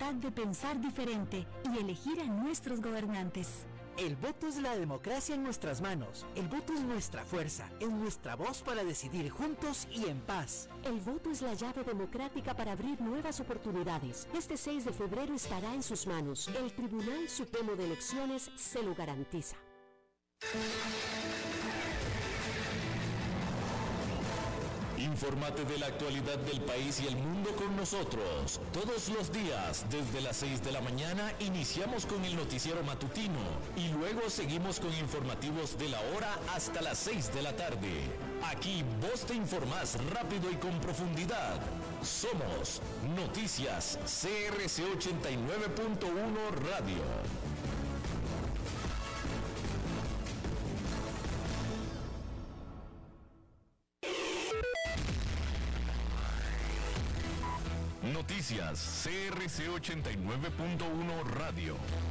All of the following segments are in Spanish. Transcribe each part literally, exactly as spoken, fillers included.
libertad de pensar diferente y elegir a nuestros gobernantes. El voto es la democracia en nuestras manos. El voto es nuestra fuerza, es nuestra voz para decidir juntos y en paz. El voto es la llave democrática para abrir nuevas oportunidades. Este seis de febrero estará en sus manos. El Tribunal Supremo de Elecciones se lo garantiza. Infórmate de la actualidad del país y el mundo con nosotros. Todos los días, desde las seis de la mañana, iniciamos con el noticiero matutino y luego seguimos con informativos de la hora hasta las seis de la tarde. Aquí vos te informás rápido y con profundidad. Somos Noticias C R C ochenta y nueve punto uno Radio. Noticias C R C ochenta y nueve punto uno Radio.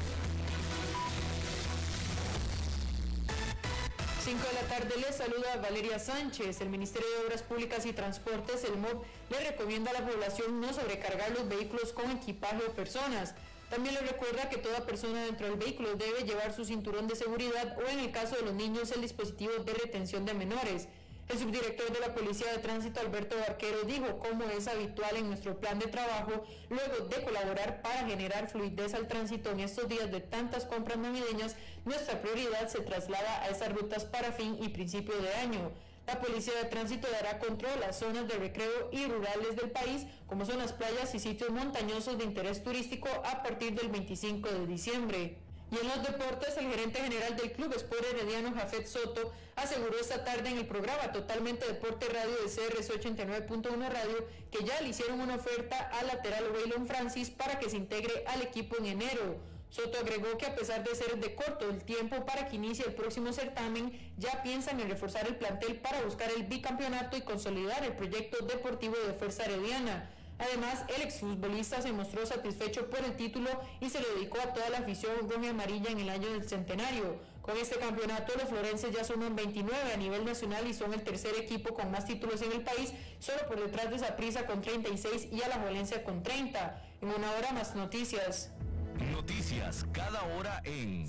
cinco de la tarde les saluda Valeria Sánchez. El Ministerio de Obras Públicas y Transportes, el M O P, le recomienda a la población no sobrecargar los vehículos con equipaje o personas. También le recuerda que toda persona dentro del vehículo debe llevar su cinturón de seguridad o, en el caso de los niños, el dispositivo de retención de menores. El subdirector de la Policía de Tránsito, Alberto Barquero, dijo cómo es habitual en nuestro plan de trabajo, luego de colaborar para generar fluidez al tránsito en estos días de tantas compras navideñas, nuestra prioridad se traslada a esas rutas para fin y principio de año. La Policía de Tránsito dará control a zonas de recreo y rurales del país, como son las playas y sitios montañosos de interés turístico, a partir del veinticinco de diciembre. Y en los deportes, el gerente general del Club Sport Herediano, Jafet Soto, aseguró esta tarde en el programa Totalmente Deporte Radio de C R C ochenta y nueve punto uno Radio que ya le hicieron una oferta al lateral Waylon Francis para que se integre al equipo en enero. Soto agregó que a pesar de ser de corto el tiempo para que inicie el próximo certamen, ya piensan en reforzar el plantel para buscar el bicampeonato y consolidar el proyecto deportivo de Fuerza Herediana. Además, el exfutbolista se mostró satisfecho por el título y se lo dedicó a toda la afición roja y amarilla en el año del centenario. Con este campeonato, los florenses ya suman veintinueve a nivel nacional y son el tercer equipo con más títulos en el país, solo por detrás de Saprissa con treinta y seis y Alajuelense con treinta. En una hora más noticias. Noticias cada hora en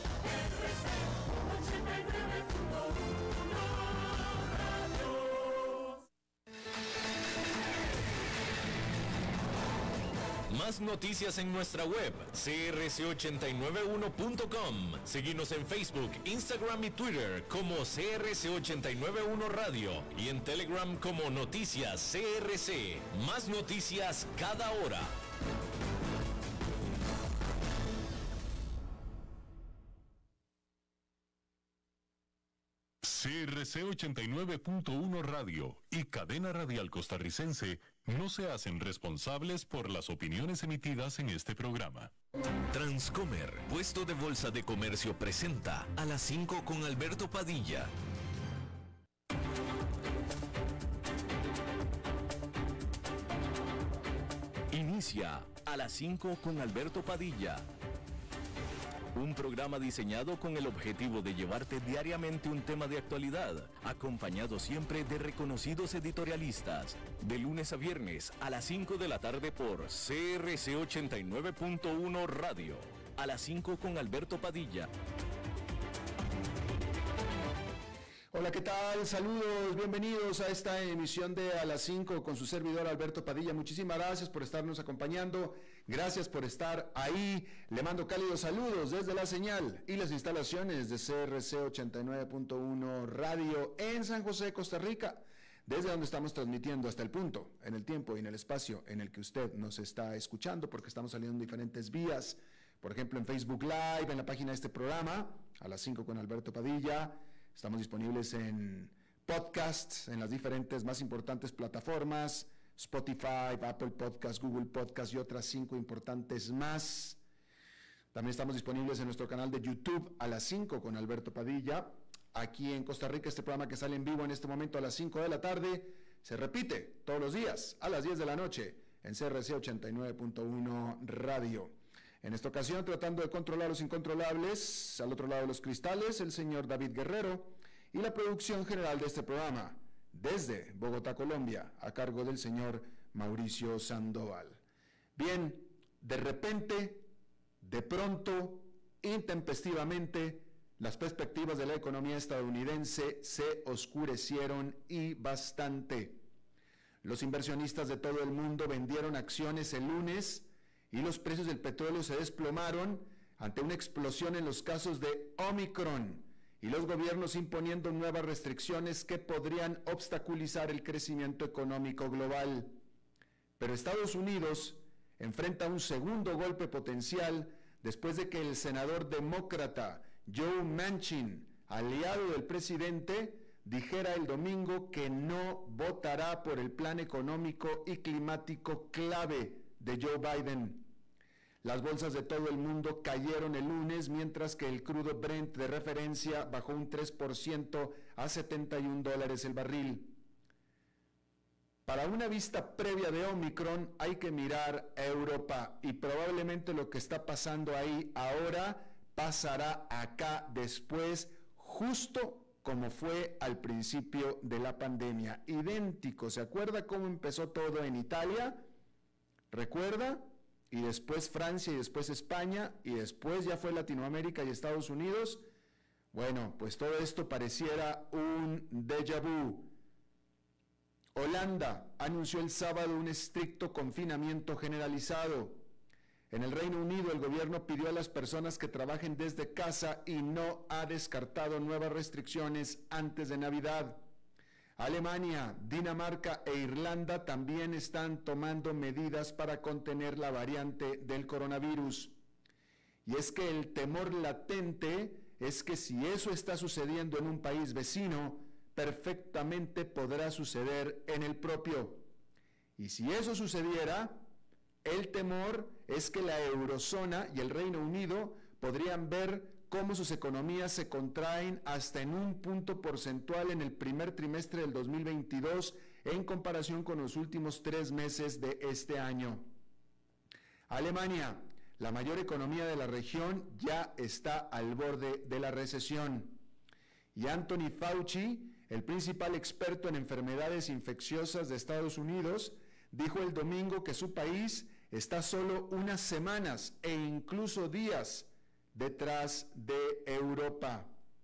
Más noticias en nuestra web, C R C ochenta y nueve uno punto com. Seguinos en Facebook, Instagram y Twitter como C R C ochenta y nueve uno Radio y en Telegram como Noticias C R C. Más noticias cada hora. C R C ochenta y nueve punto uno Radio y Cadena Radial Costarricense no se hacen responsables por las opiniones emitidas en este programa. Transcomer, puesto de bolsa de comercio, presenta a las cinco con Alberto Padilla. Inicia a las cinco con Alberto Padilla. Un programa diseñado con el objetivo de llevarte diariamente un tema de actualidad, acompañado siempre de reconocidos editorialistas, de lunes a viernes a las cinco de la tarde por C R C ochenta y nueve punto uno Radio. A las cinco con Alberto Padilla. Hola, ¿qué tal? Saludos, bienvenidos a esta emisión de A las cinco con su servidor Alberto Padilla. Muchísimas gracias por estarnos acompañando, gracias por estar ahí. Le mando cálidos saludos desde la señal y las instalaciones de C R C ochenta y nueve punto uno Radio en San José, Costa Rica, desde donde estamos transmitiendo hasta el punto, en el tiempo y en el espacio en el que usted nos está escuchando, porque estamos saliendo en diferentes vías, por ejemplo en Facebook Live, en la página de este programa, A las cinco con Alberto Padilla. Estamos disponibles en podcasts, en las diferentes más importantes plataformas, Spotify, Apple Podcasts, Google Podcasts y otras cinco importantes más. También estamos disponibles en nuestro canal de YouTube, A las cinco con Alberto Padilla. Aquí en Costa Rica, este programa que sale en vivo en este momento a las cinco de la tarde, se repite todos los días a las diez de la noche en C R C ochenta y nueve punto uno Radio. En esta ocasión, tratando de controlar los incontrolables, al otro lado de los cristales, el señor David Guerrero y la producción general de este programa, desde Bogotá, Colombia, a cargo del señor Mauricio Sandoval. Bien, de repente, de pronto, intempestivamente, las perspectivas de la economía estadounidense se oscurecieron y bastante. Los inversionistas de todo el mundo vendieron acciones el lunes y los precios del petróleo se desplomaron ante una explosión en los casos de Omicron y los gobiernos imponiendo nuevas restricciones que podrían obstaculizar el crecimiento económico global. Pero Estados Unidos enfrenta un segundo golpe potencial después de que el senador demócrata Joe Manchin, aliado del presidente, dijera el domingo que no votará por el plan económico y climático clave de Joe Biden. Las bolsas de todo el mundo cayeron el lunes, mientras que el crudo Brent de referencia bajó un tres por ciento a setenta y un dólares el barril. Para una vista previa de Omicron hay que mirar a Europa y probablemente lo que está pasando ahí ahora pasará acá después, justo como fue al principio de la pandemia. Idéntico, ¿se acuerda cómo empezó todo en Italia? ¿Recuerda? Y después Francia y después España y después ya fue Latinoamérica y Estados Unidos. Bueno, pues todo esto pareciera un déjà vu. Holanda anunció el sábado un estricto confinamiento generalizado. En el Reino Unido, el gobierno pidió a las personas que trabajen desde casa y no ha descartado nuevas restricciones antes de Navidad. Alemania, Dinamarca e Irlanda también están tomando medidas para contener la variante del coronavirus. Y es que el temor latente es que si eso está sucediendo en un país vecino, perfectamente podrá suceder en el propio. Y si eso sucediera, el temor es que la eurozona y el Reino Unido podrían ver cómo sus economías se contraen hasta en un punto porcentual en el primer trimestre del dos mil veintidós en comparación con los últimos tres meses de este año. Alemania, la mayor economía de la región, ya está al borde de la recesión. Y Anthony Fauci, el principal experto en enfermedades infecciosas de Estados Unidos, dijo el domingo que su país está solo unas semanas e incluso días detrás de Europa.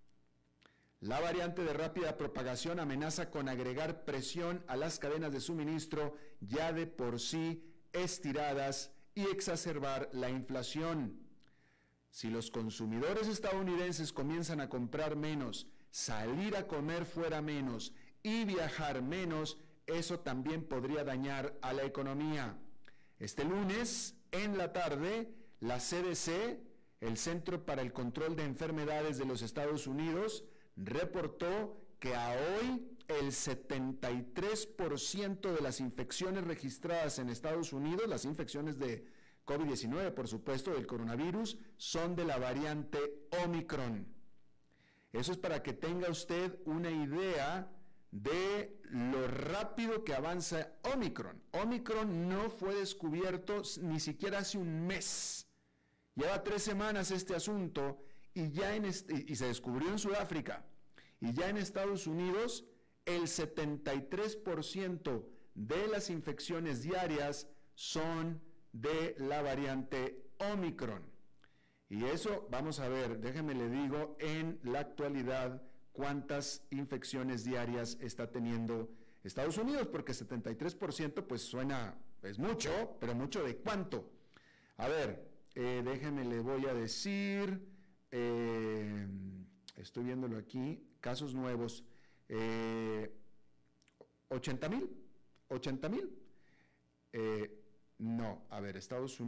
La variante de rápida propagación amenaza con agregar presión a las cadenas de suministro ya de por sí estiradas y exacerbar la inflación. Si los consumidores estadounidenses comienzan a comprar menos, salir a comer fuera menos y viajar menos, eso también podría dañar a la economía. Este lunes, en la tarde, la C D C, el Centro para el Control de Enfermedades de los Estados Unidos, reportó que a hoy el setenta y tres por ciento de las infecciones registradas en Estados Unidos, las infecciones de COVID diecinueve, por supuesto, del coronavirus, son de la variante Omicron. Eso es para que tenga usted una idea de lo rápido que avanza Omicron. Omicron no fue descubierto ni siquiera hace un mes. Lleva tres semanas este asunto y, ya en este, y se descubrió en Sudáfrica. Y ya en Estados Unidos, el setenta y tres por ciento de las infecciones diarias son de la variante Omicron. Y eso, vamos a ver, déjeme le digo, en la actualidad, cuántas infecciones diarias está teniendo Estados Unidos, porque setenta y tres por ciento pues suena, es mucho, pero mucho de cuánto. A ver, eh, déjeme le voy a decir, eh, estoy viéndolo aquí, casos nuevos, eh, ochenta mil, ochenta mil, eh, no, a ver, Estados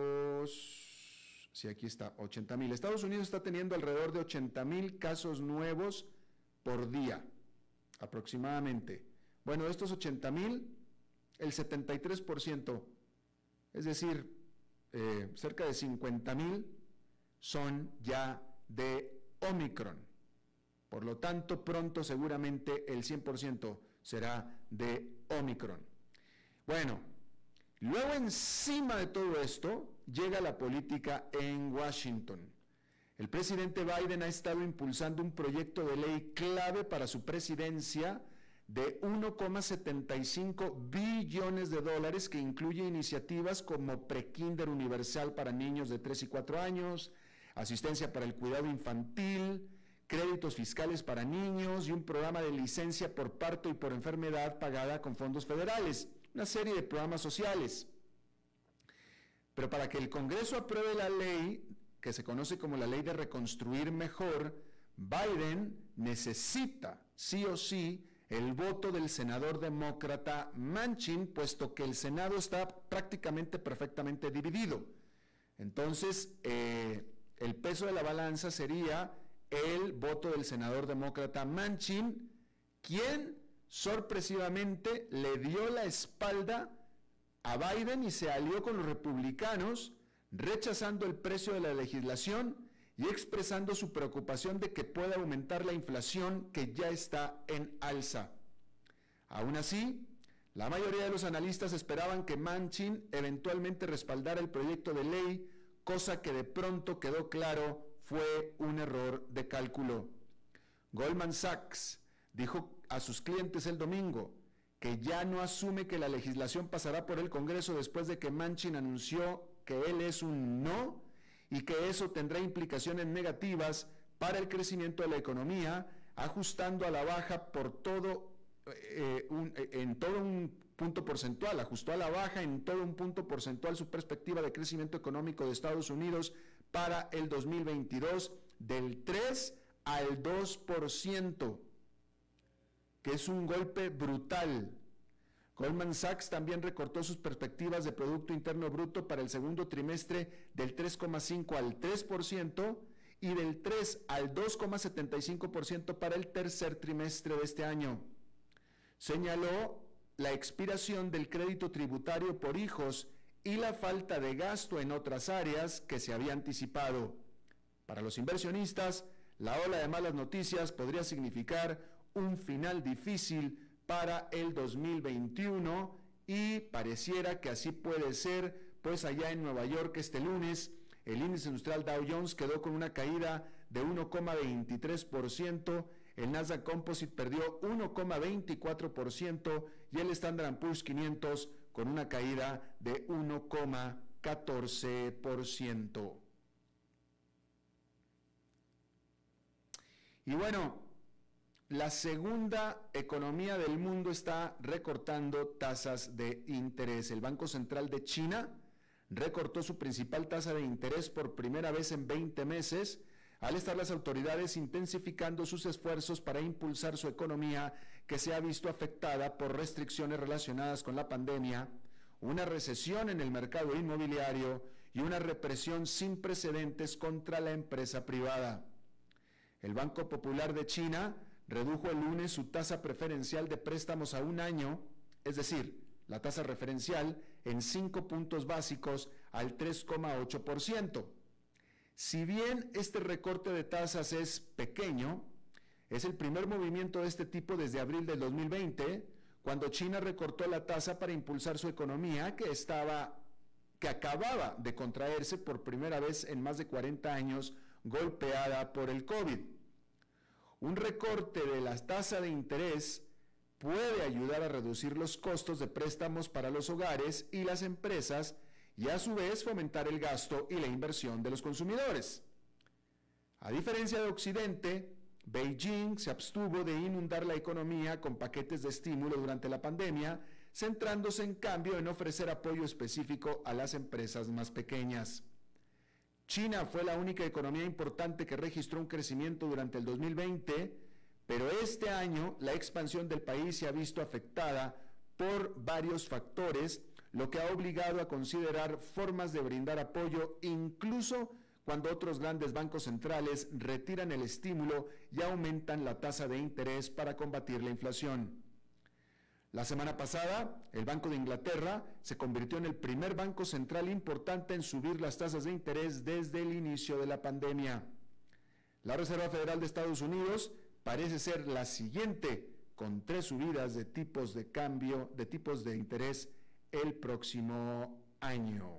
Unidos, sí, aquí está, ochenta mil, Estados Unidos está teniendo alrededor de ochenta mil casos nuevos por día, aproximadamente. Bueno, de estos ochenta mil, el setenta y tres por ciento, es decir, eh, cerca de cincuenta mil, son ya de Omicron. Por lo tanto, pronto seguramente el cien por ciento será de Omicron. Bueno, luego encima de todo esto, llega la política en Washington. El presidente Biden ha estado impulsando un proyecto de ley clave para su presidencia de uno coma setenta y cinco billones de dólares, que incluye iniciativas como Prekinder Universal para niños de tres y cuatro años, asistencia para el cuidado infantil, créditos fiscales para niños y un programa de licencia por parto y por enfermedad pagada con fondos federales, una serie de programas sociales. Pero para que el Congreso apruebe la ley, que se conoce como la Ley de Reconstruir Mejor, Biden necesita, sí o sí, el voto del senador demócrata Manchin, puesto que el Senado está prácticamente perfectamente dividido. Entonces, eh, el peso de la balanza sería el voto del senador demócrata Manchin, quien sorpresivamente le dio la espalda a Biden y se alió con los republicanos, rechazando el precio de la legislación y expresando su preocupación de que pueda aumentar la inflación, que ya está en alza. Aún así, la mayoría de los analistas esperaban que Manchin eventualmente respaldara el proyecto de ley, cosa que de pronto quedó claro fue un error de cálculo. Goldman Sachs dijo a sus clientes el domingo que ya no asume que la legislación pasará por el Congreso después de que Manchin anunció que él es un no y que eso tendrá implicaciones negativas para el crecimiento de la economía, ajustando a la baja por todo, eh, un, en todo un punto porcentual, ajustó a la baja en todo un punto porcentual su perspectiva de crecimiento económico de Estados Unidos para el dos mil veintidós del tres al dos por ciento, que es un golpe brutal. Goldman Sachs también recortó sus perspectivas de Producto Interno Bruto para el segundo trimestre del tres coma cinco al tres por ciento y del tres al dos coma setenta y cinco por ciento para el tercer trimestre de este año. Señaló la expiración del crédito tributario por hijos y la falta de gasto en otras áreas que se había anticipado. Para los inversionistas, la ola de malas noticias podría significar un final difícil para el dos mil veintiuno y pareciera que así puede ser, pues allá en Nueva York este lunes el índice industrial Dow Jones quedó con una caída de uno coma veintitrés por ciento, el Nasdaq Composite perdió uno coma veinticuatro por ciento y el Standard and Poor's quinientos con una caída de uno coma catorce por ciento. Y bueno, la segunda economía del mundo está recortando tasas de interés. El Banco Central de China recortó su principal tasa de interés por primera vez en veinte meses, al estar las autoridades intensificando sus esfuerzos para impulsar su economía, que se ha visto afectada por restricciones relacionadas con la pandemia, una recesión en el mercado inmobiliario y una represión sin precedentes contra la empresa privada. El Banco Popular de China redujo el lunes su tasa preferencial de préstamos a un año, es decir, la tasa referencial, en cinco puntos básicos al tres coma ocho por ciento. Si bien este recorte de tasas es pequeño, es el primer movimiento de este tipo desde abril del dos mil veinte, cuando China recortó la tasa para impulsar su economía, que estaba, que acababa de contraerse por primera vez en más de cuarenta años, golpeada por el COVID. Un recorte de la tasa de interés puede ayudar a reducir los costos de préstamos para los hogares y las empresas y a su vez fomentar el gasto y la inversión de los consumidores. A diferencia de Occidente, Beijing se abstuvo de inundar la economía con paquetes de estímulo durante la pandemia, centrándose en cambio en ofrecer apoyo específico a las empresas más pequeñas. China fue la única economía importante que registró un crecimiento durante el dos mil veinte, pero este año la expansión del país se ha visto afectada por varios factores, lo que ha obligado a considerar formas de brindar apoyo incluso cuando otros grandes bancos centrales retiran el estímulo y aumentan la tasa de interés para combatir la inflación. La semana pasada, el Banco de Inglaterra se convirtió en el primer banco central importante en subir las tasas de interés desde el inicio de la pandemia. La Reserva Federal de Estados Unidos parece ser la siguiente, con tres subidas de tipos de cambio, de tipos de interés el próximo año.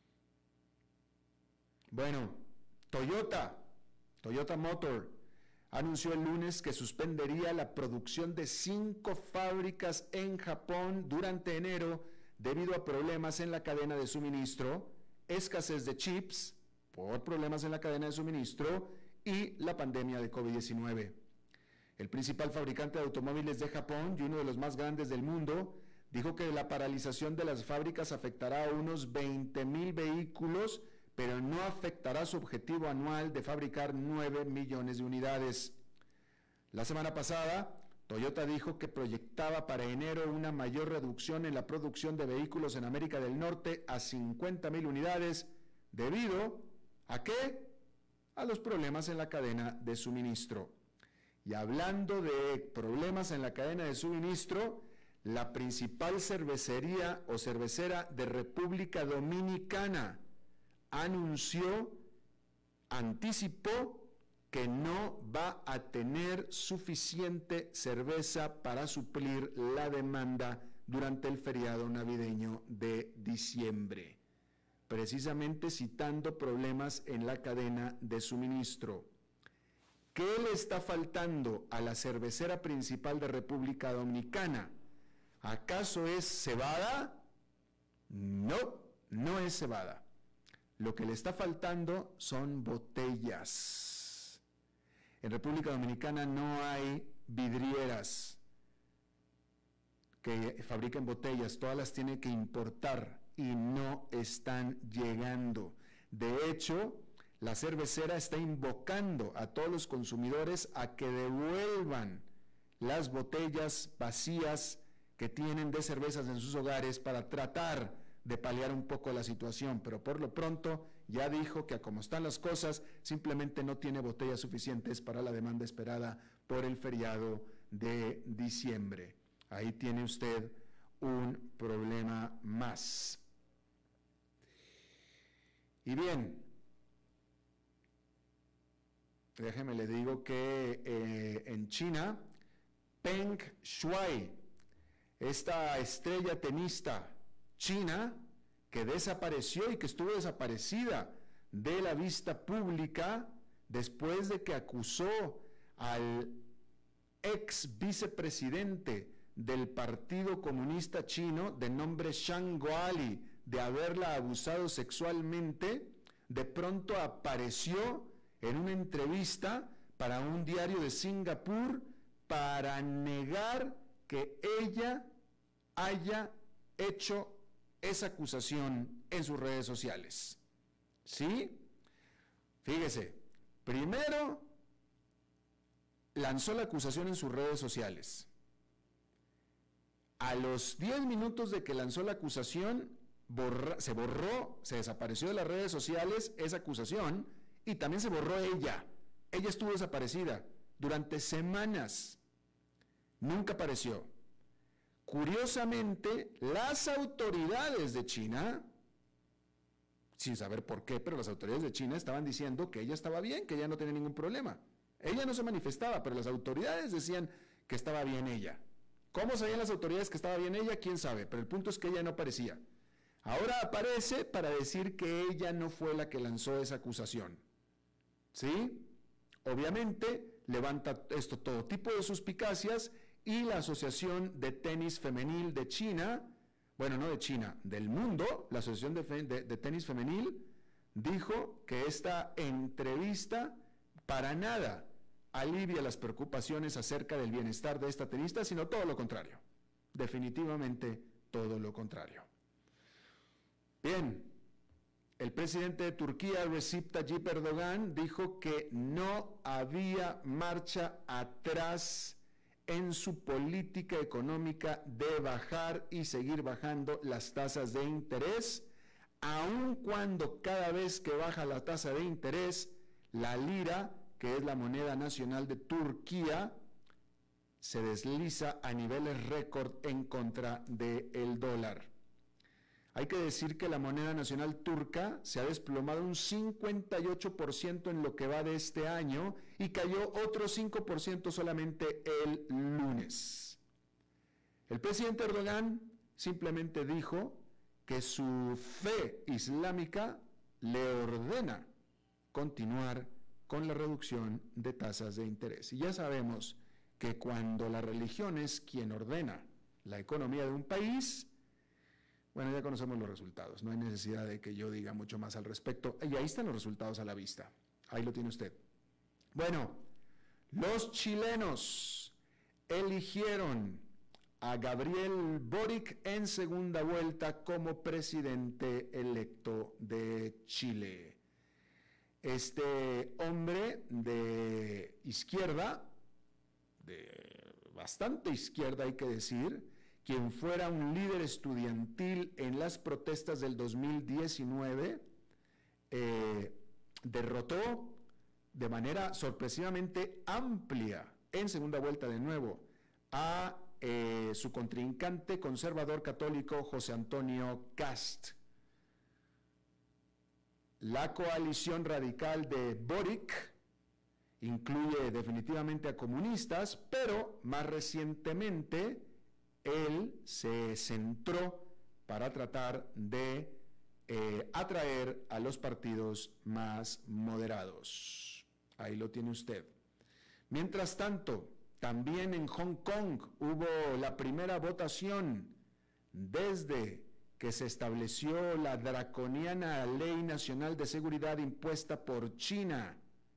Bueno, Toyota, Toyota Motor, anunció el lunes que suspendería la producción de cinco fábricas en Japón durante enero debido a problemas en la cadena de suministro, escasez de chips por problemas en la cadena de suministro y la pandemia de COVID diecinueve. El principal fabricante de automóviles de Japón y uno de los más grandes del mundo dijo que la paralización de las fábricas afectará a unos veinte mil vehículos, pero no afectará su objetivo anual de fabricar nueve millones de unidades. La semana pasada, Toyota dijo que proyectaba para enero una mayor reducción en la producción de vehículos en América del Norte a cincuenta mil unidades, debido ¿a qué? A los problemas en la cadena de suministro. Y hablando de problemas en la cadena de suministro, la principal cervecería o cervecera de República Dominicana anunció, anticipó que no va a tener suficiente cerveza para suplir la demanda durante el feriado navideño de diciembre, precisamente citando problemas en la cadena de suministro. ¿Qué le está faltando a la cervecera principal de República Dominicana? ¿Acaso es cebada? No, no es cebada. Lo que le está faltando son botellas. En República Dominicana no hay vidrieras que fabriquen botellas, todas las tienen que importar y no están llegando. De hecho, la cervecera está invocando a todos los consumidores a que devuelvan las botellas vacías que tienen de cervezas en sus hogares para tratar de paliar un poco la situación, pero por lo pronto ya dijo que a como están las cosas, simplemente no tiene botellas suficientes para la demanda esperada por el feriado de diciembre. Ahí tiene usted un problema más. Y bien, déjeme le digo que eh, en China, Peng Shuai, esta estrella tenista china que desapareció y que estuvo desaparecida de la vista pública después de que acusó al ex vicepresidente del Partido Comunista Chino de nombre Zhang Guoli de haberla abusado sexualmente, de pronto apareció en una entrevista para un diario de Singapur para negar que ella haya hecho esa acusación en sus redes sociales. ¿Sí? Fíjese, primero lanzó la acusación en sus redes sociales. A los diez minutos de que lanzó la acusación, borra, se borró, se desapareció de las redes sociales esa acusación y también se borró ella. Ella estuvo desaparecida durante semanas. Nunca apareció. Curiosamente, las autoridades de China, sin saber por qué, pero las autoridades de China estaban diciendo que ella estaba bien, que ella no tenía ningún problema. Ella no se manifestaba, pero las autoridades decían que estaba bien ella. ¿Cómo sabían las autoridades que estaba bien ella? ¿Quién sabe? Pero el punto es que ella no aparecía. Ahora aparece para decir que ella no fue la que lanzó esa acusación. ¿Sí? Obviamente, levanta esto todo tipo de suspicacias. Y la Asociación de Tenis Femenil de China, bueno, no de China, del mundo, la Asociación de, de, de Tenis Femenil, dijo que esta entrevista para nada alivia las preocupaciones acerca del bienestar de esta tenista, sino todo lo contrario. Definitivamente todo lo contrario. Bien, el presidente de Turquía, Recep Tayyip Erdogan, dijo que no había marcha atrás en su política económica de bajar y seguir bajando las tasas de interés, aun cuando cada vez que baja la tasa de interés, la lira, que es la moneda nacional de Turquía, se desliza a niveles récord en contra del dólar. Hay que decir que la moneda nacional turca se ha desplomado un cincuenta y ocho por ciento en lo que va de este año y cayó otro cinco por ciento solamente el lunes. El presidente Erdogan simplemente dijo que su fe islámica le ordena continuar con la reducción de tasas de interés. Y ya sabemos que cuando la religión es quien ordena la economía de un país, bueno, ya conocemos los resultados, no hay necesidad de que yo diga mucho más al respecto, y ahí están los resultados a la vista, ahí lo tiene usted. Bueno, los chilenos eligieron a Gabriel Boric en segunda vuelta como presidente electo de Chile. Este hombre de izquierda, de bastante izquierda hay que decir, quien fuera un líder estudiantil en las protestas del dos mil diecinueve, eh, derrotó de manera sorpresivamente amplia, en segunda vuelta de nuevo, a eh, su contrincante conservador católico José Antonio Kast. La coalición radical de Boric incluye definitivamente a comunistas, pero más recientemente él se centró para tratar de eh, atraer a los partidos más moderados. Ahí lo tiene usted. Mientras tanto, también en Hong Kong hubo la primera votación desde que se estableció la draconiana Ley Nacional de Seguridad impuesta por China.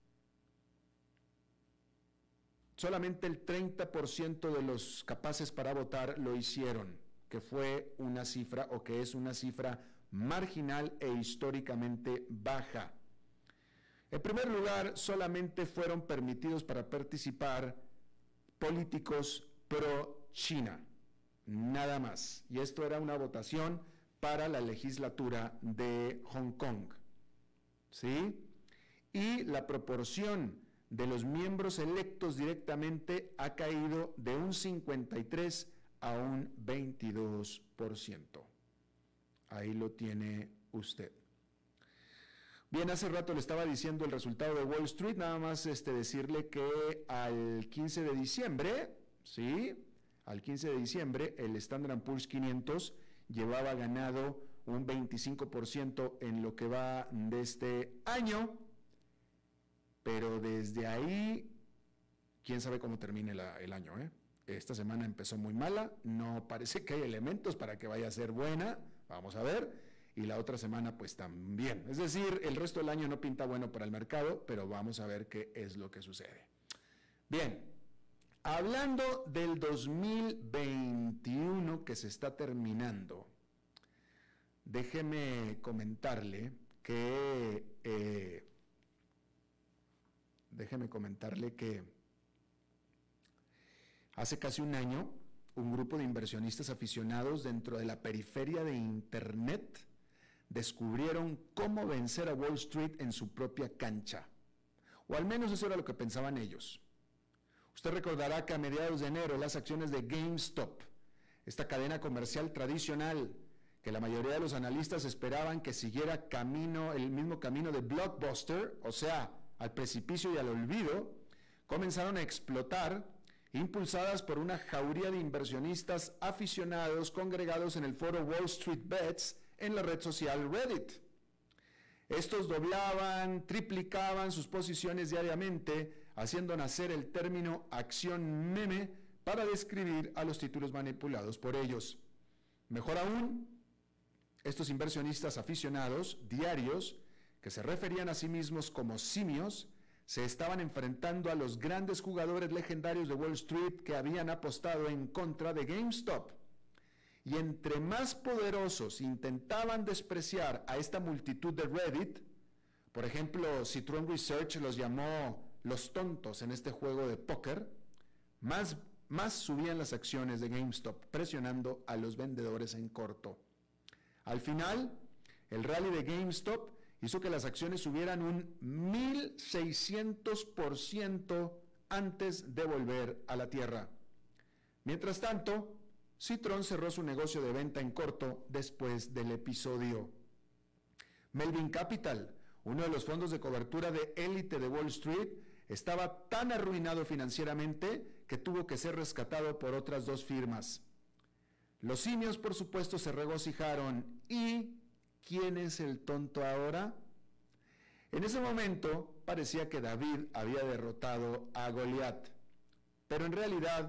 Solamente el treinta por ciento de los capaces para votar lo hicieron, que fue una cifra o que es una cifra marginal e históricamente baja. En primer lugar, solamente fueron permitidos para participar políticos pro-China, nada más. Y esto era una votación para la legislatura de Hong Kong, ¿sí? Y la proporción de los miembros electos directamente ha caído de un cincuenta y tres a un veintidós por ciento. Ahí lo tiene usted. Bien, hace rato le estaba diciendo el resultado de Wall Street, nada más este, decirle que al quince de diciembre, ¿sí? Al quince de diciembre, el Standard and Poor's quinientos llevaba ganado un veinticinco por ciento en lo que va de este año, pero desde ahí, quién sabe cómo termine la, el año, ¿eh? Esta semana empezó muy mala, no parece que hay elementos para que vaya a ser buena, vamos a ver, y la otra semana pues también. Es decir, el resto del año no pinta bueno para el mercado, pero vamos a ver qué es lo que sucede. Bien, hablando del dos mil veintiuno que se está terminando, déjeme comentarle que... Eh, déjeme comentarle que hace casi un año, un grupo de inversionistas aficionados dentro de la periferia de Internet descubrieron cómo vencer a Wall Street en su propia cancha. O al menos eso era lo que pensaban ellos. Usted recordará que a mediados de enero las acciones de GameStop, esta cadena comercial tradicional que la mayoría de los analistas esperaban que siguiera camino, el mismo camino de Blockbuster, o sea, al precipicio y al olvido, comenzaron a explotar, impulsadas por una jauría de inversionistas aficionados congregados en el foro Wall Street Bets en la red social Reddit. Estos doblaban, triplicaban sus posiciones diariamente, haciendo nacer el término acción meme para describir a los títulos manipulados por ellos. Mejor aún, estos inversionistas aficionados diarios, que se referían a sí mismos como simios, se estaban enfrentando a los grandes jugadores legendarios de Wall Street que habían apostado en contra de GameStop. Y entre más poderosos intentaban despreciar a esta multitud de Reddit, por ejemplo, Citron Research los llamó los tontos en este juego de póker, más, más subían las acciones de GameStop, presionando a los vendedores en corto. Al final, el rally de GameStop hizo que las acciones subieran un mil seiscientos por ciento antes de volver a la tierra. Mientras tanto, Citron cerró su negocio de venta en corto después del episodio. Melvin Capital, uno de los fondos de cobertura de élite de Wall Street, estaba tan arruinado financieramente que tuvo que ser rescatado por otras dos firmas. Los simios, por supuesto, se regocijaron. ¿Y quién es el tonto ahora? En ese momento, parecía que David había derrotado a Goliat. Pero en realidad,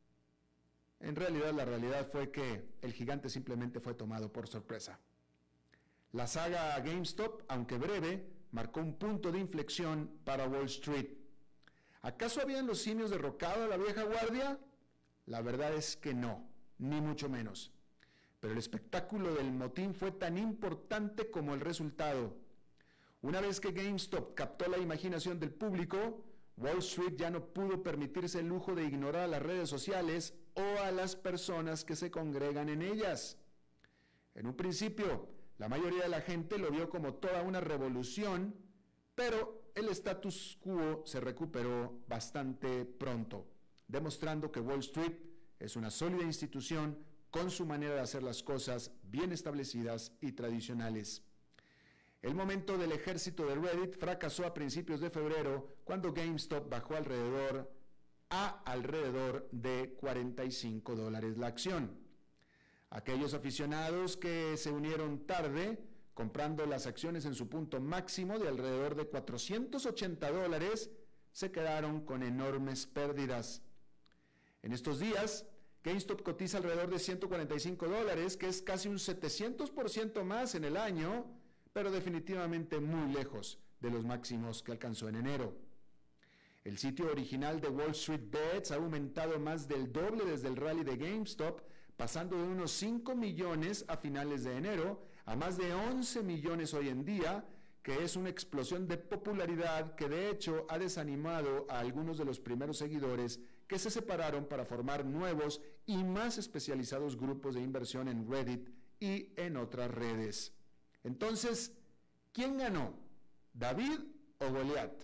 en realidad la realidad fue que el gigante simplemente fue tomado por sorpresa. La saga GameStop, aunque breve, marcó un punto de inflexión para Wall Street. ¿Acaso habían los simios derrocado a la vieja guardia? La verdad es que no, ni mucho menos. Pero el espectáculo del motín fue tan importante como el resultado. Una vez que GameStop captó la imaginación del público, Wall Street ya no pudo permitirse el lujo de ignorar a las redes sociales o a las personas que se congregan en ellas. En un principio, la mayoría de la gente lo vio como toda una revolución, pero el status quo se recuperó bastante pronto, demostrando que Wall Street es una sólida institución con su manera de hacer las cosas bien establecidas y tradicionales. El momento del ejército de Reddit fracasó a principios de febrero, cuando GameStop bajó alrededor a alrededor de cuarenta y cinco dólares la acción. Aquellos aficionados que se unieron tarde, comprando las acciones en su punto máximo de alrededor de cuatrocientos ochenta dólares, se quedaron con enormes pérdidas. En estos días, GameStop cotiza alrededor de ciento cuarenta y cinco dólares, que es casi un setecientos por ciento más en el año, pero definitivamente muy lejos de los máximos que alcanzó en enero. El sitio original de Wall Street Bets ha aumentado más del doble desde el rally de GameStop, pasando de unos cinco millones a finales de enero a más de once millones hoy en día, que es una explosión de popularidad que de hecho ha desanimado a algunos de los primeros seguidores que se separaron para formar nuevos y más especializados grupos de inversión en Reddit y en otras redes. Entonces, ¿quién ganó? ¿David o Goliat?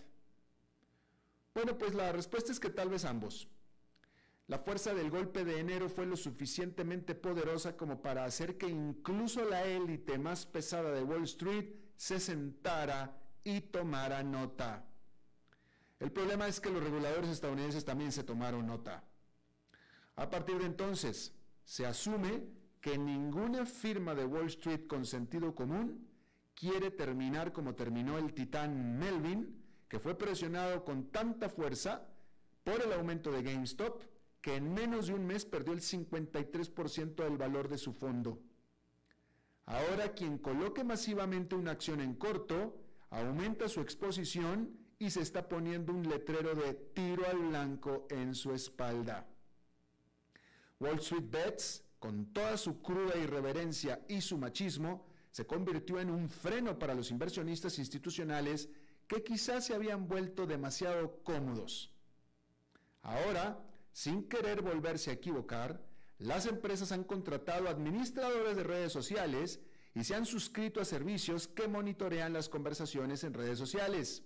Bueno, pues la respuesta es que tal vez ambos. La fuerza del golpe de enero fue lo suficientemente poderosa como para hacer que incluso la élite más pesada de Wall Street se sentara y tomara nota. El problema es que los reguladores estadounidenses también se tomaron nota. A partir de entonces, se asume que ninguna firma de Wall Street con sentido común quiere terminar como terminó el titán Melvin, que fue presionado con tanta fuerza por el aumento de GameStop, que en menos de un mes perdió el cincuenta y tres por ciento del valor de su fondo. Ahora, quien coloque masivamente una acción en corto, aumenta su exposición y se está poniendo un letrero de tiro al blanco en su espalda. Wall Street Bets, con toda su cruda irreverencia y su machismo, se convirtió en un freno para los inversionistas institucionales que quizás se habían vuelto demasiado cómodos. Ahora, sin querer volverse a equivocar, las empresas han contratado administradores de redes sociales y se han suscrito a servicios que monitorean las conversaciones en redes sociales.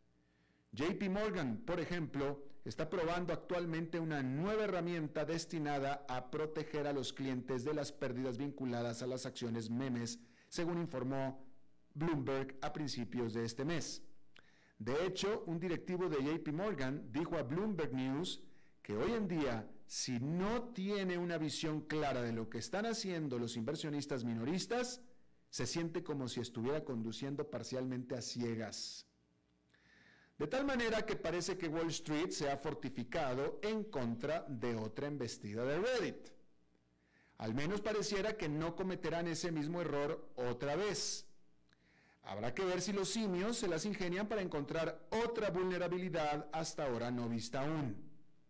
J P Morgan, por ejemplo, está probando actualmente una nueva herramienta destinada a proteger a los clientes de las pérdidas vinculadas a las acciones memes, según informó Bloomberg a principios de este mes. De hecho, un directivo de J P Morgan dijo a Bloomberg News que hoy en día, si no tiene una visión clara de lo que están haciendo los inversionistas minoristas, se siente como si estuviera conduciendo parcialmente a ciegas. De tal manera que parece que Wall Street se ha fortificado en contra de otra embestida de Reddit. Al menos pareciera que no cometerán ese mismo error otra vez. Habrá que ver si los simios se las ingenian para encontrar otra vulnerabilidad hasta ahora no vista aún.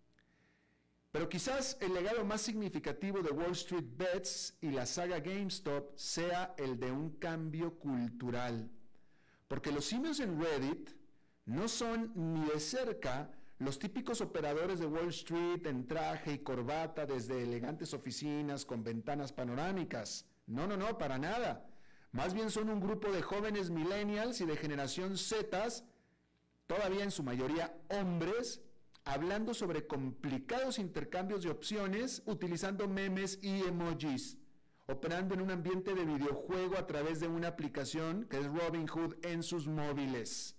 Pero quizás el legado más significativo de Wall Street Bets y la saga GameStop sea el de un cambio cultural. Porque los simios en Reddit no son ni de cerca los típicos operadores de Wall Street en traje y corbata desde elegantes oficinas con ventanas panorámicas. No, no, no, para nada. Más bien son un grupo de jóvenes millennials y de generación Z, todavía en su mayoría hombres, hablando sobre complicados intercambios de opciones utilizando memes y emojis, operando en un ambiente de videojuego a través de una aplicación que es Robinhood en sus móviles.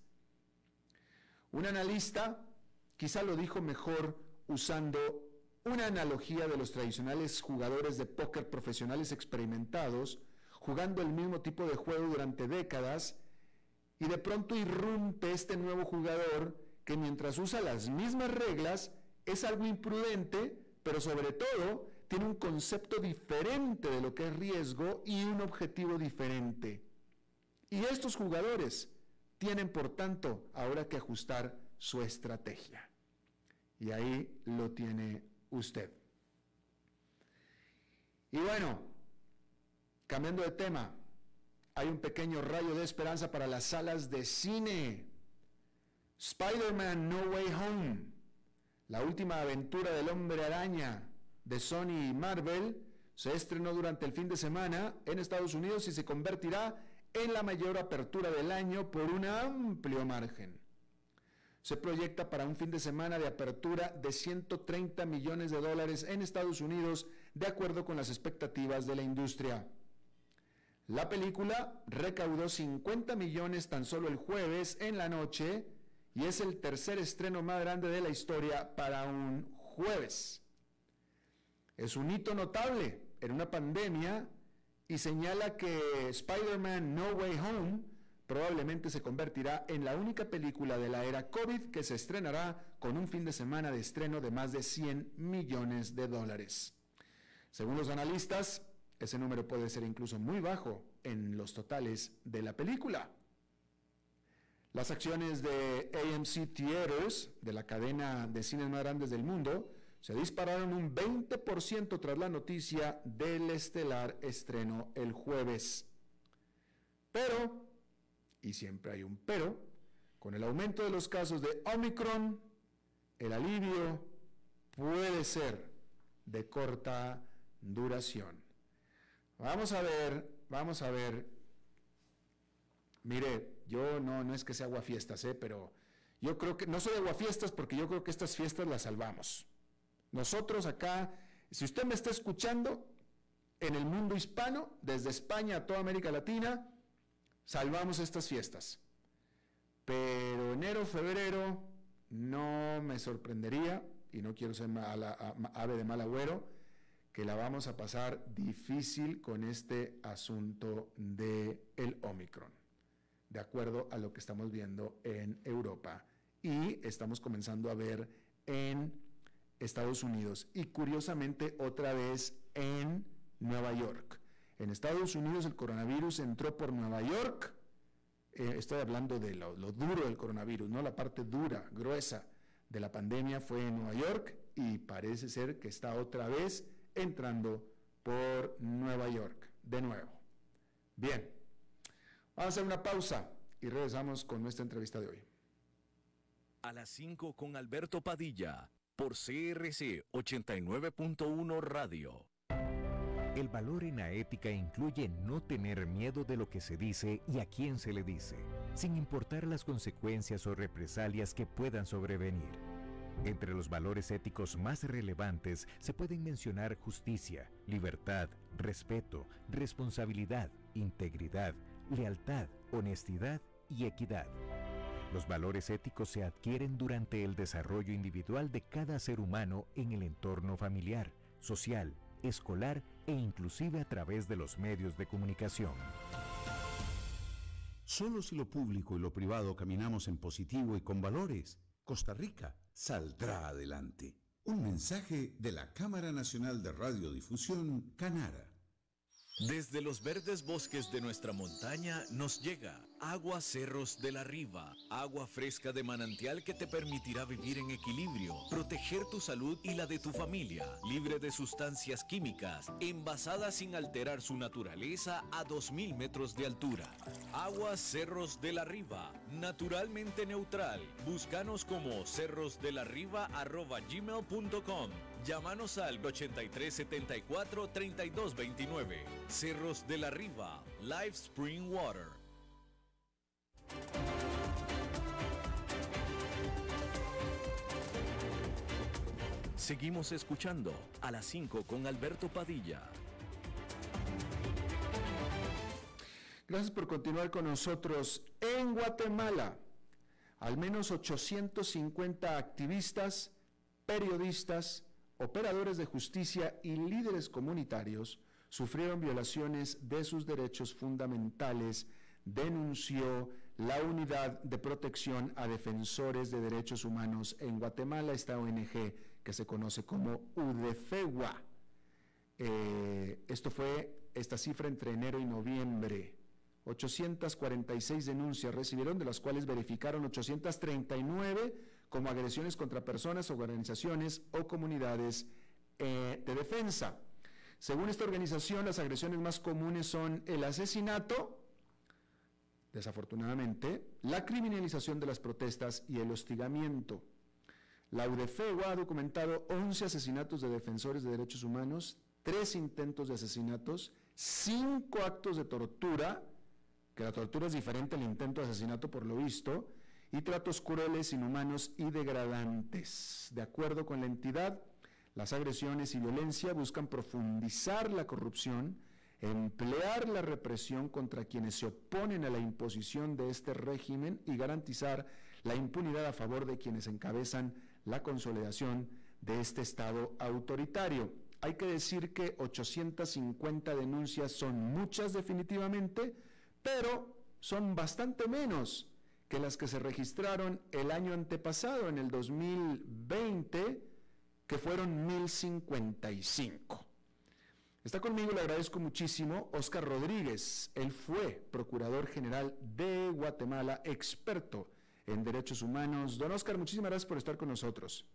Un analista quizá lo dijo mejor usando una analogía de los tradicionales jugadores de póker profesionales experimentados, jugando el mismo tipo de juego durante décadas y de pronto irrumpe este nuevo jugador que mientras usa las mismas reglas es algo imprudente, pero sobre todo tiene un concepto diferente de lo que es riesgo y un objetivo diferente. Y estos jugadores tienen, por tanto, ahora que ajustar su estrategia. Y ahí lo tiene usted. Y bueno, cambiando de tema, hay un pequeño rayo de esperanza para las salas de cine. Spider-Man No Way Home, la última aventura del Hombre Araña de Sony y Marvel, se estrenó durante el fin de semana en Estados Unidos y se convertirá en la mayor apertura del año por un amplio margen. Se proyecta para un fin de semana de apertura de ciento treinta millones de dólares en Estados Unidos, de acuerdo con las expectativas de la industria. La película recaudó cincuenta millones tan solo el jueves en la noche y es el tercer estreno más grande de la historia para un jueves. Es un hito notable en una pandemia y señala que Spider-Man No Way Home probablemente se convertirá en la única película de la era COVID que se estrenará con un fin de semana de estreno de más de cien millones de dólares. Según los analistas, ese número puede ser incluso muy bajo en los totales de la película. Las acciones de A M C Theaters, de la cadena de cines más grandes del mundo, se dispararon un veinte por ciento tras la noticia del estelar estreno el jueves. Pero, y siempre hay un pero, con el aumento de los casos de Omicron, el alivio puede ser de corta duración. Vamos a ver, vamos a ver. Mire, yo no, no es que sea aguafiestas, ¿eh? Pero yo creo que, no soy aguafiestas porque yo creo que estas fiestas las salvamos. Nosotros acá, si usted me está escuchando, en el mundo hispano, desde España a toda América Latina, salvamos estas fiestas. Pero enero, febrero, no me sorprendería, y no quiero ser mala, ave de mal agüero, que la vamos a pasar difícil con este asunto del Omicron, de acuerdo a lo que estamos viendo en Europa y estamos comenzando a ver en Estados Unidos y curiosamente otra vez en Nueva York. En Estados Unidos el coronavirus entró por Nueva York, eh, estoy hablando de lo, lo duro del coronavirus, no la parte dura, gruesa de la pandemia fue en Nueva York y parece ser que está otra vez entrando por Nueva York, de nuevo. Bien, vamos a hacer una pausa y regresamos con nuestra entrevista de hoy. A las cinco con Alberto Padilla, por C R C ochenta y nueve punto uno Radio. El valor en la ética incluye no tener miedo de lo que se dice y a quién se le dice, sin importar las consecuencias o represalias que puedan sobrevenir. Entre los valores éticos más relevantes se pueden mencionar justicia, libertad, respeto, responsabilidad, integridad, lealtad, honestidad y equidad. Los valores éticos se adquieren durante el desarrollo individual de cada ser humano en el entorno familiar, social, escolar e inclusive a través de los medios de comunicación. Solo si lo público y lo privado caminamos en positivo y con valores, Costa Rica saldrá adelante. Un mensaje de la Cámara Nacional de Radiodifusión, Canara. Desde los verdes bosques de nuestra montaña nos llega Agua Cerros de la Riva, agua fresca de manantial que te permitirá vivir en equilibrio, proteger tu salud y la de tu familia, libre de sustancias químicas, envasada sin alterar su naturaleza a dos mil metros de altura. Agua Cerros de la Riva, naturalmente neutral. Búscanos como cerrosdelariva arroba gmail punto com. Llámanos al ochenta y tres setenta y cuatro treinta y dos veintinueve. Cerros de la Riva, Live Spring Water. Seguimos escuchando a las cinco con Alberto Padilla. Gracias por continuar con nosotros. En Guatemala, al menos ochocientos cincuenta activistas, periodistas, operadores de justicia y líderes comunitarios sufrieron violaciones de sus derechos fundamentales, denunció la Unidad de Protección a Defensores de Derechos Humanos en Guatemala, esta O N G que se conoce como UDEFEGUA. Eh, esto fue esta cifra entre enero y noviembre. ochocientas cuarenta y seis denuncias recibieron, de las cuales verificaron ochocientas treinta y nueve como agresiones contra personas, organizaciones o comunidades eh, de defensa. Según esta organización, las agresiones más comunes son el asesinato, desafortunadamente, la criminalización de las protestas y el hostigamiento. La UDEFEGUA ha documentado once asesinatos de defensores de derechos humanos, tres intentos de asesinatos, cinco actos de tortura, que la tortura es diferente al intento de asesinato por lo visto, y tratos crueles, inhumanos y degradantes. De acuerdo con la entidad, las agresiones y violencia buscan profundizar la corrupción, emplear la represión contra quienes se oponen a la imposición de este régimen y garantizar la impunidad a favor de quienes encabezan la consolidación de este Estado autoritario. Hay que decir que ochocientas cincuenta denuncias son muchas definitivamente, pero son bastante menos que las que se registraron el año antepasado, en el dos mil veinte, que fueron mil cincuenta y cinco. Está conmigo, le agradezco muchísimo, Óscar Rodríguez. Él fue Procurador General de Guatemala, experto en derechos humanos. Don Óscar, muchísimas gracias por estar con nosotros.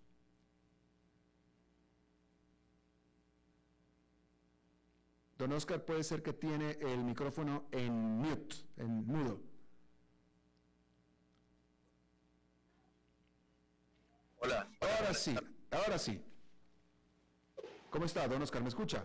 Don Óscar, puede ser que tiene el micrófono en mute, en mudo. Hola. Ahora sí, ahora sí. ¿Cómo está, don Óscar? ¿Me escucha?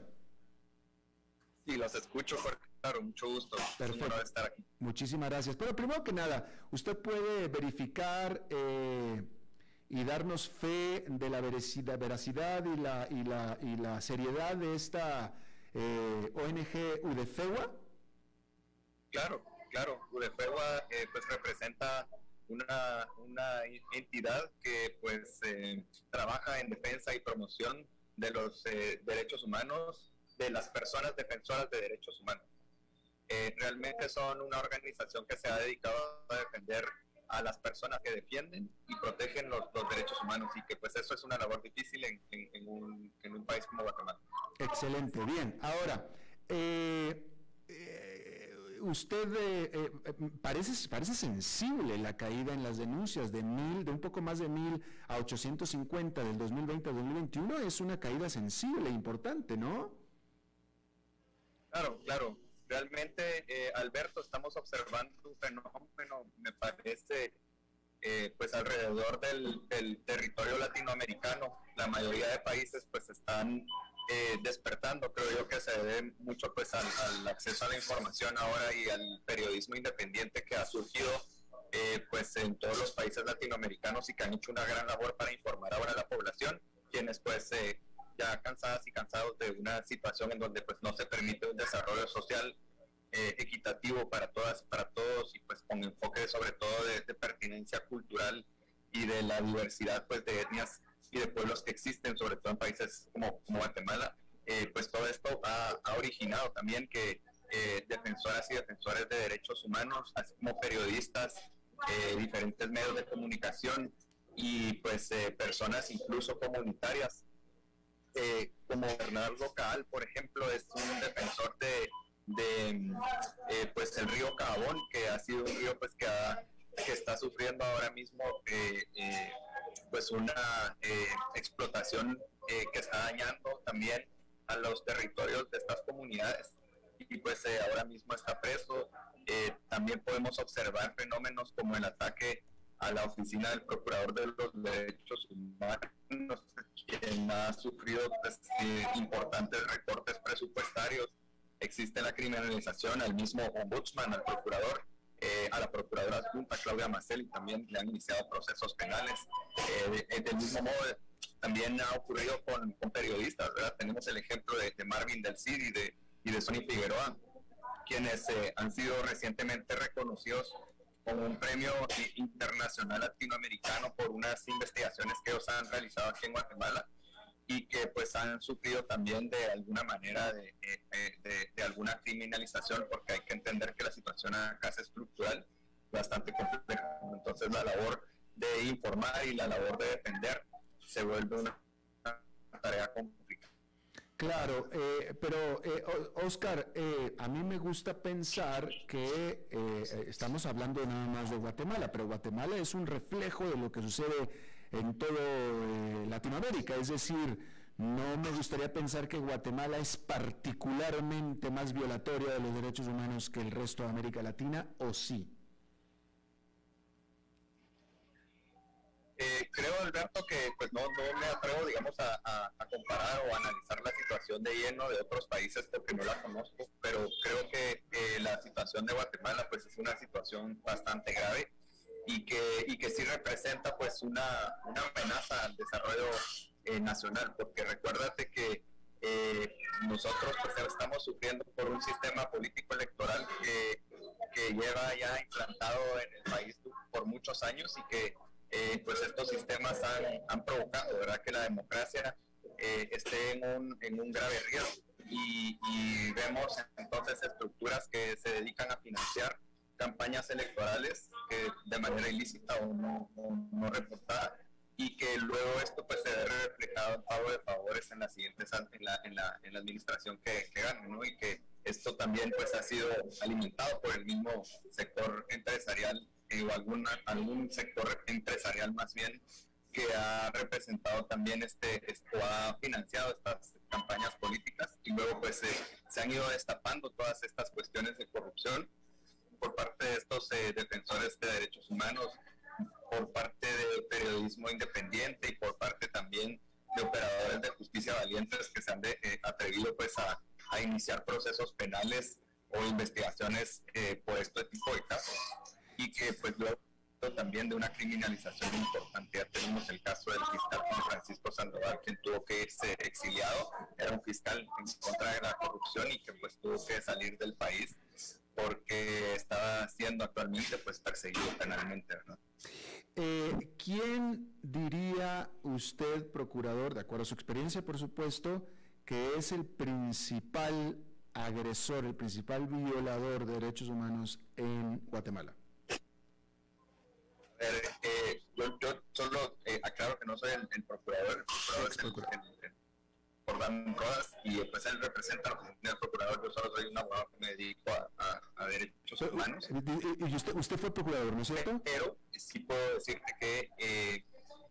Sí, los escucho, Jorge. Claro, mucho gusto. Perfecto. Un honor estar aquí. Muchísimas gracias. Pero primero que nada, ¿usted puede verificar eh, y darnos fe de la veracidad, veracidad y, la, y, la, y la seriedad de esta eh, O N G UDEFEGUA? Claro, claro. UDEFEGUA eh, pues representa una, una entidad que pues eh, trabaja en defensa y promoción de los eh, derechos humanos de las personas defensoras de derechos humanos. Eh, realmente son una organización que se ha dedicado a defender a las personas que defienden y protegen los, los derechos humanos, y que pues eso es una labor difícil en, en, en, un, en un país como Guatemala. Excelente, bien. Ahora, eh, eh, usted eh, eh, parece, parece sensible la caída en las denuncias de mil, de un poco más de mil a ochocientos cincuenta del dos mil veinte al dos mil veintiuno. Es una caída sensible, importante, ¿no? Claro, claro. Realmente, eh, Alberto, estamos observando un fenómeno, me parece, eh, pues alrededor del, del territorio latinoamericano. La mayoría de países pues están eh, despertando. Creo yo que se debe mucho pues al, al acceso a la información ahora y al periodismo independiente que ha surgido eh, pues en todos los países latinoamericanos, y que han hecho una gran labor para informar ahora a la población, quienes pues eh, ya cansadas y cansados de una situación en donde pues no se permite un desarrollo social eh, equitativo para todas, para todos, y pues con enfoque sobre todo de, de pertinencia cultural y de la diversidad pues de etnias y de pueblos que existen, sobre todo en países como, como Guatemala. Eh, pues todo esto ha, ha originado también que eh, defensoras y defensores de derechos humanos, así como periodistas, eh, diferentes medios de comunicación y pues eh, personas incluso comunitarias, Eh, como Bernardo Caal, por ejemplo, es un defensor de, de eh, pues el río Cabón, que ha sido un río pues que, ha, que está sufriendo ahora mismo eh, eh, pues una eh, explotación eh, que está dañando también a los territorios de estas comunidades, y pues eh, ahora mismo está preso. Eh, también podemos observar fenómenos como el ataque a la oficina del Procurador de los Derechos Humanos, quien ha sufrido pues, eh, importantes recortes presupuestarios. Existe la criminalización al mismo ombudsman, al procurador, eh, a la procuradora adjunta Claudia Maceli, también le han iniciado procesos penales. Eh, de, del mismo modo, también ha ocurrido con, con periodistas, ¿verdad? Tenemos el ejemplo de, de Marvin del Cid y de, y de Sonny Figueroa, quienes eh, han sido recientemente reconocidos con un premio internacional latinoamericano por unas investigaciones que ellos han realizado aquí en Guatemala, y que pues han sufrido también de alguna manera de, de, de, de alguna criminalización, porque hay que entender que la situación acá es estructural. bastante compleja. Entonces la labor de informar y la labor de defender se vuelve una tarea complicada. Claro, eh, pero eh, Oscar, eh, a mí me gusta pensar que eh, estamos hablando nada más de Guatemala, pero Guatemala es un reflejo de lo que sucede en todo eh, Latinoamérica, es decir, no me gustaría pensar que Guatemala es particularmente más violatoria de los derechos humanos que el resto de América Latina, ¿o sí? Eh, creo, Alberto, que pues no, no me atrevo, digamos, a, a, a comparar o a analizar la situación de lleno de otros países porque no la conozco, pero creo que eh, la situación de Guatemala pues es una situación bastante grave y que, y que sí representa pues una, una amenaza al desarrollo eh, nacional, porque recuérdate que eh, nosotros pues estamos sufriendo por un sistema político electoral que, que lleva ya implantado en el país por muchos años y que Eh, pues estos sistemas han, han provocado, ¿verdad?, que la democracia eh, esté en un, en un grave riesgo y, y vemos entonces estructuras que se dedican a financiar campañas electorales que de manera ilícita o no, no, no reportada y que luego esto pues se ve reflejado en pago de favores en las siguientes en la, en la, en la administración que, que gane, ¿no? Y que esto también pues ha sido alimentado por el mismo sector empresarial o alguna, algún sector empresarial más bien que ha representado también este, esto ha financiado estas campañas políticas y luego pues eh, se han ido destapando todas estas cuestiones de corrupción por parte de estos eh, defensores de derechos humanos, por parte de periodismo independiente y por parte también de operadores de justicia valientes que se han de, eh, atrevido pues a, a iniciar procesos penales o investigaciones eh, por este tipo de casos. Y que pues luego también de una criminalización importante. Ya tenemos el caso del fiscal Francisco Sandoval, quien tuvo que irse exiliado, era un fiscal en contra de la corrupción y que pues tuvo que salir del país porque estaba siendo actualmente pues perseguido penalmente, ¿verdad? Eh, ¿Quién diría usted, procurador, de acuerdo a su experiencia por supuesto, que es el principal agresor, el principal violador de derechos humanos en Guatemala? Eh, eh, yo, yo solo eh, aclaro que no soy el, el procurador, el procurador es el, el, el Jordán Rodas y pues él representa a la oficina del procurador, yo solo soy un abogado que me dedico a, a, a derechos humanos. ¿Y usted, usted fue procurador, no es cierto? Pero sí puedo decirte que eh,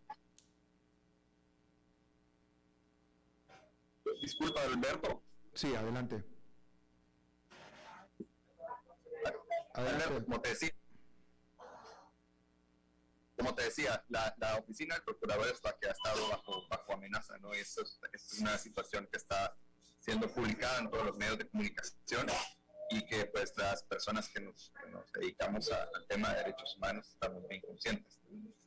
disculpa, Alberto. Sí, adelante. Adelante. Alberto, como te decía Como te decía, la, la oficina del procurador es la que ha estado bajo, bajo amenaza, ¿no? Y eso es, es una situación que está siendo publicada en todos los medios de comunicación y que pues las personas que nos, que nos dedicamos a, al tema de derechos humanos estamos bien conscientes.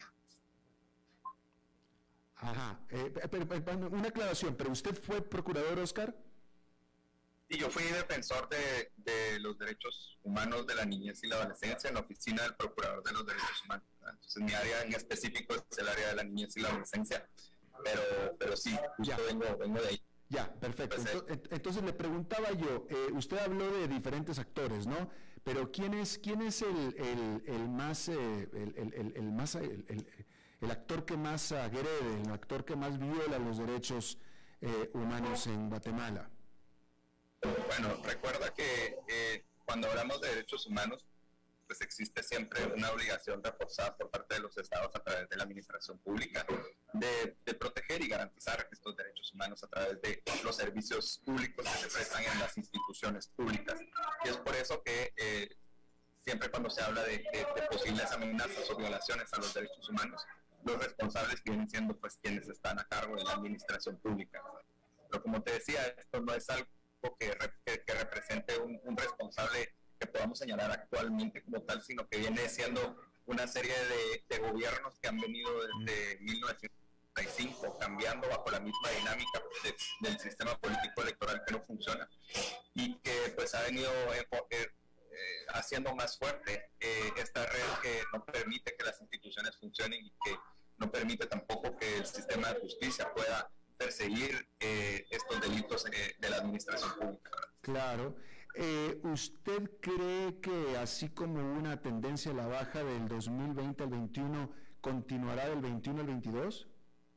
Ajá, eh, pero, pero, una aclaración, ¿pero usted fue procurador, Oscar? Y yo fui defensor de, de los derechos humanos de la niñez y la adolescencia en la oficina del Procurador de los Derechos Humanos. Entonces mi área en específico es el área de la niñez y la adolescencia, pero, pero sí, justo vengo, vengo de ahí. Ya, perfecto. Entonces, entonces le preguntaba yo, eh, usted habló de diferentes actores, ¿no? Pero ¿quién es, quién es el, el, el más, eh, el, el, el, más el, el, el actor que más agrede, el actor que más viola los derechos eh, humanos en Guatemala? Bueno, recuerda que eh, cuando hablamos de derechos humanos, pues existe siempre una obligación reforzada por parte de los estados a través de la administración pública de, de proteger y garantizar estos derechos humanos a través de los servicios públicos que se prestan en las instituciones públicas. Y es por eso que eh, siempre cuando se habla de, de, de posibles amenazas o violaciones a los derechos humanos, los responsables vienen siendo pues quienes están a cargo de la administración pública. Pero como te decía, esto no es algo Que, que, que represente un, un responsable que podamos señalar actualmente como tal, sino que viene siendo una serie de, de gobiernos que han venido desde mil novecientos setenta y cinco cambiando bajo la misma dinámica de, del sistema político electoral que no funciona y que pues ha venido eh, eh, haciendo más fuerte eh, esta red que no permite que las instituciones funcionen y que no permite tampoco que el sistema de justicia pueda perseguir eh, estos delitos eh, de la administración pública. Claro. Eh, ¿Usted cree que así como una tendencia a la baja del dos mil veinte al veintiuno, continuará del veintiuno al veintidós?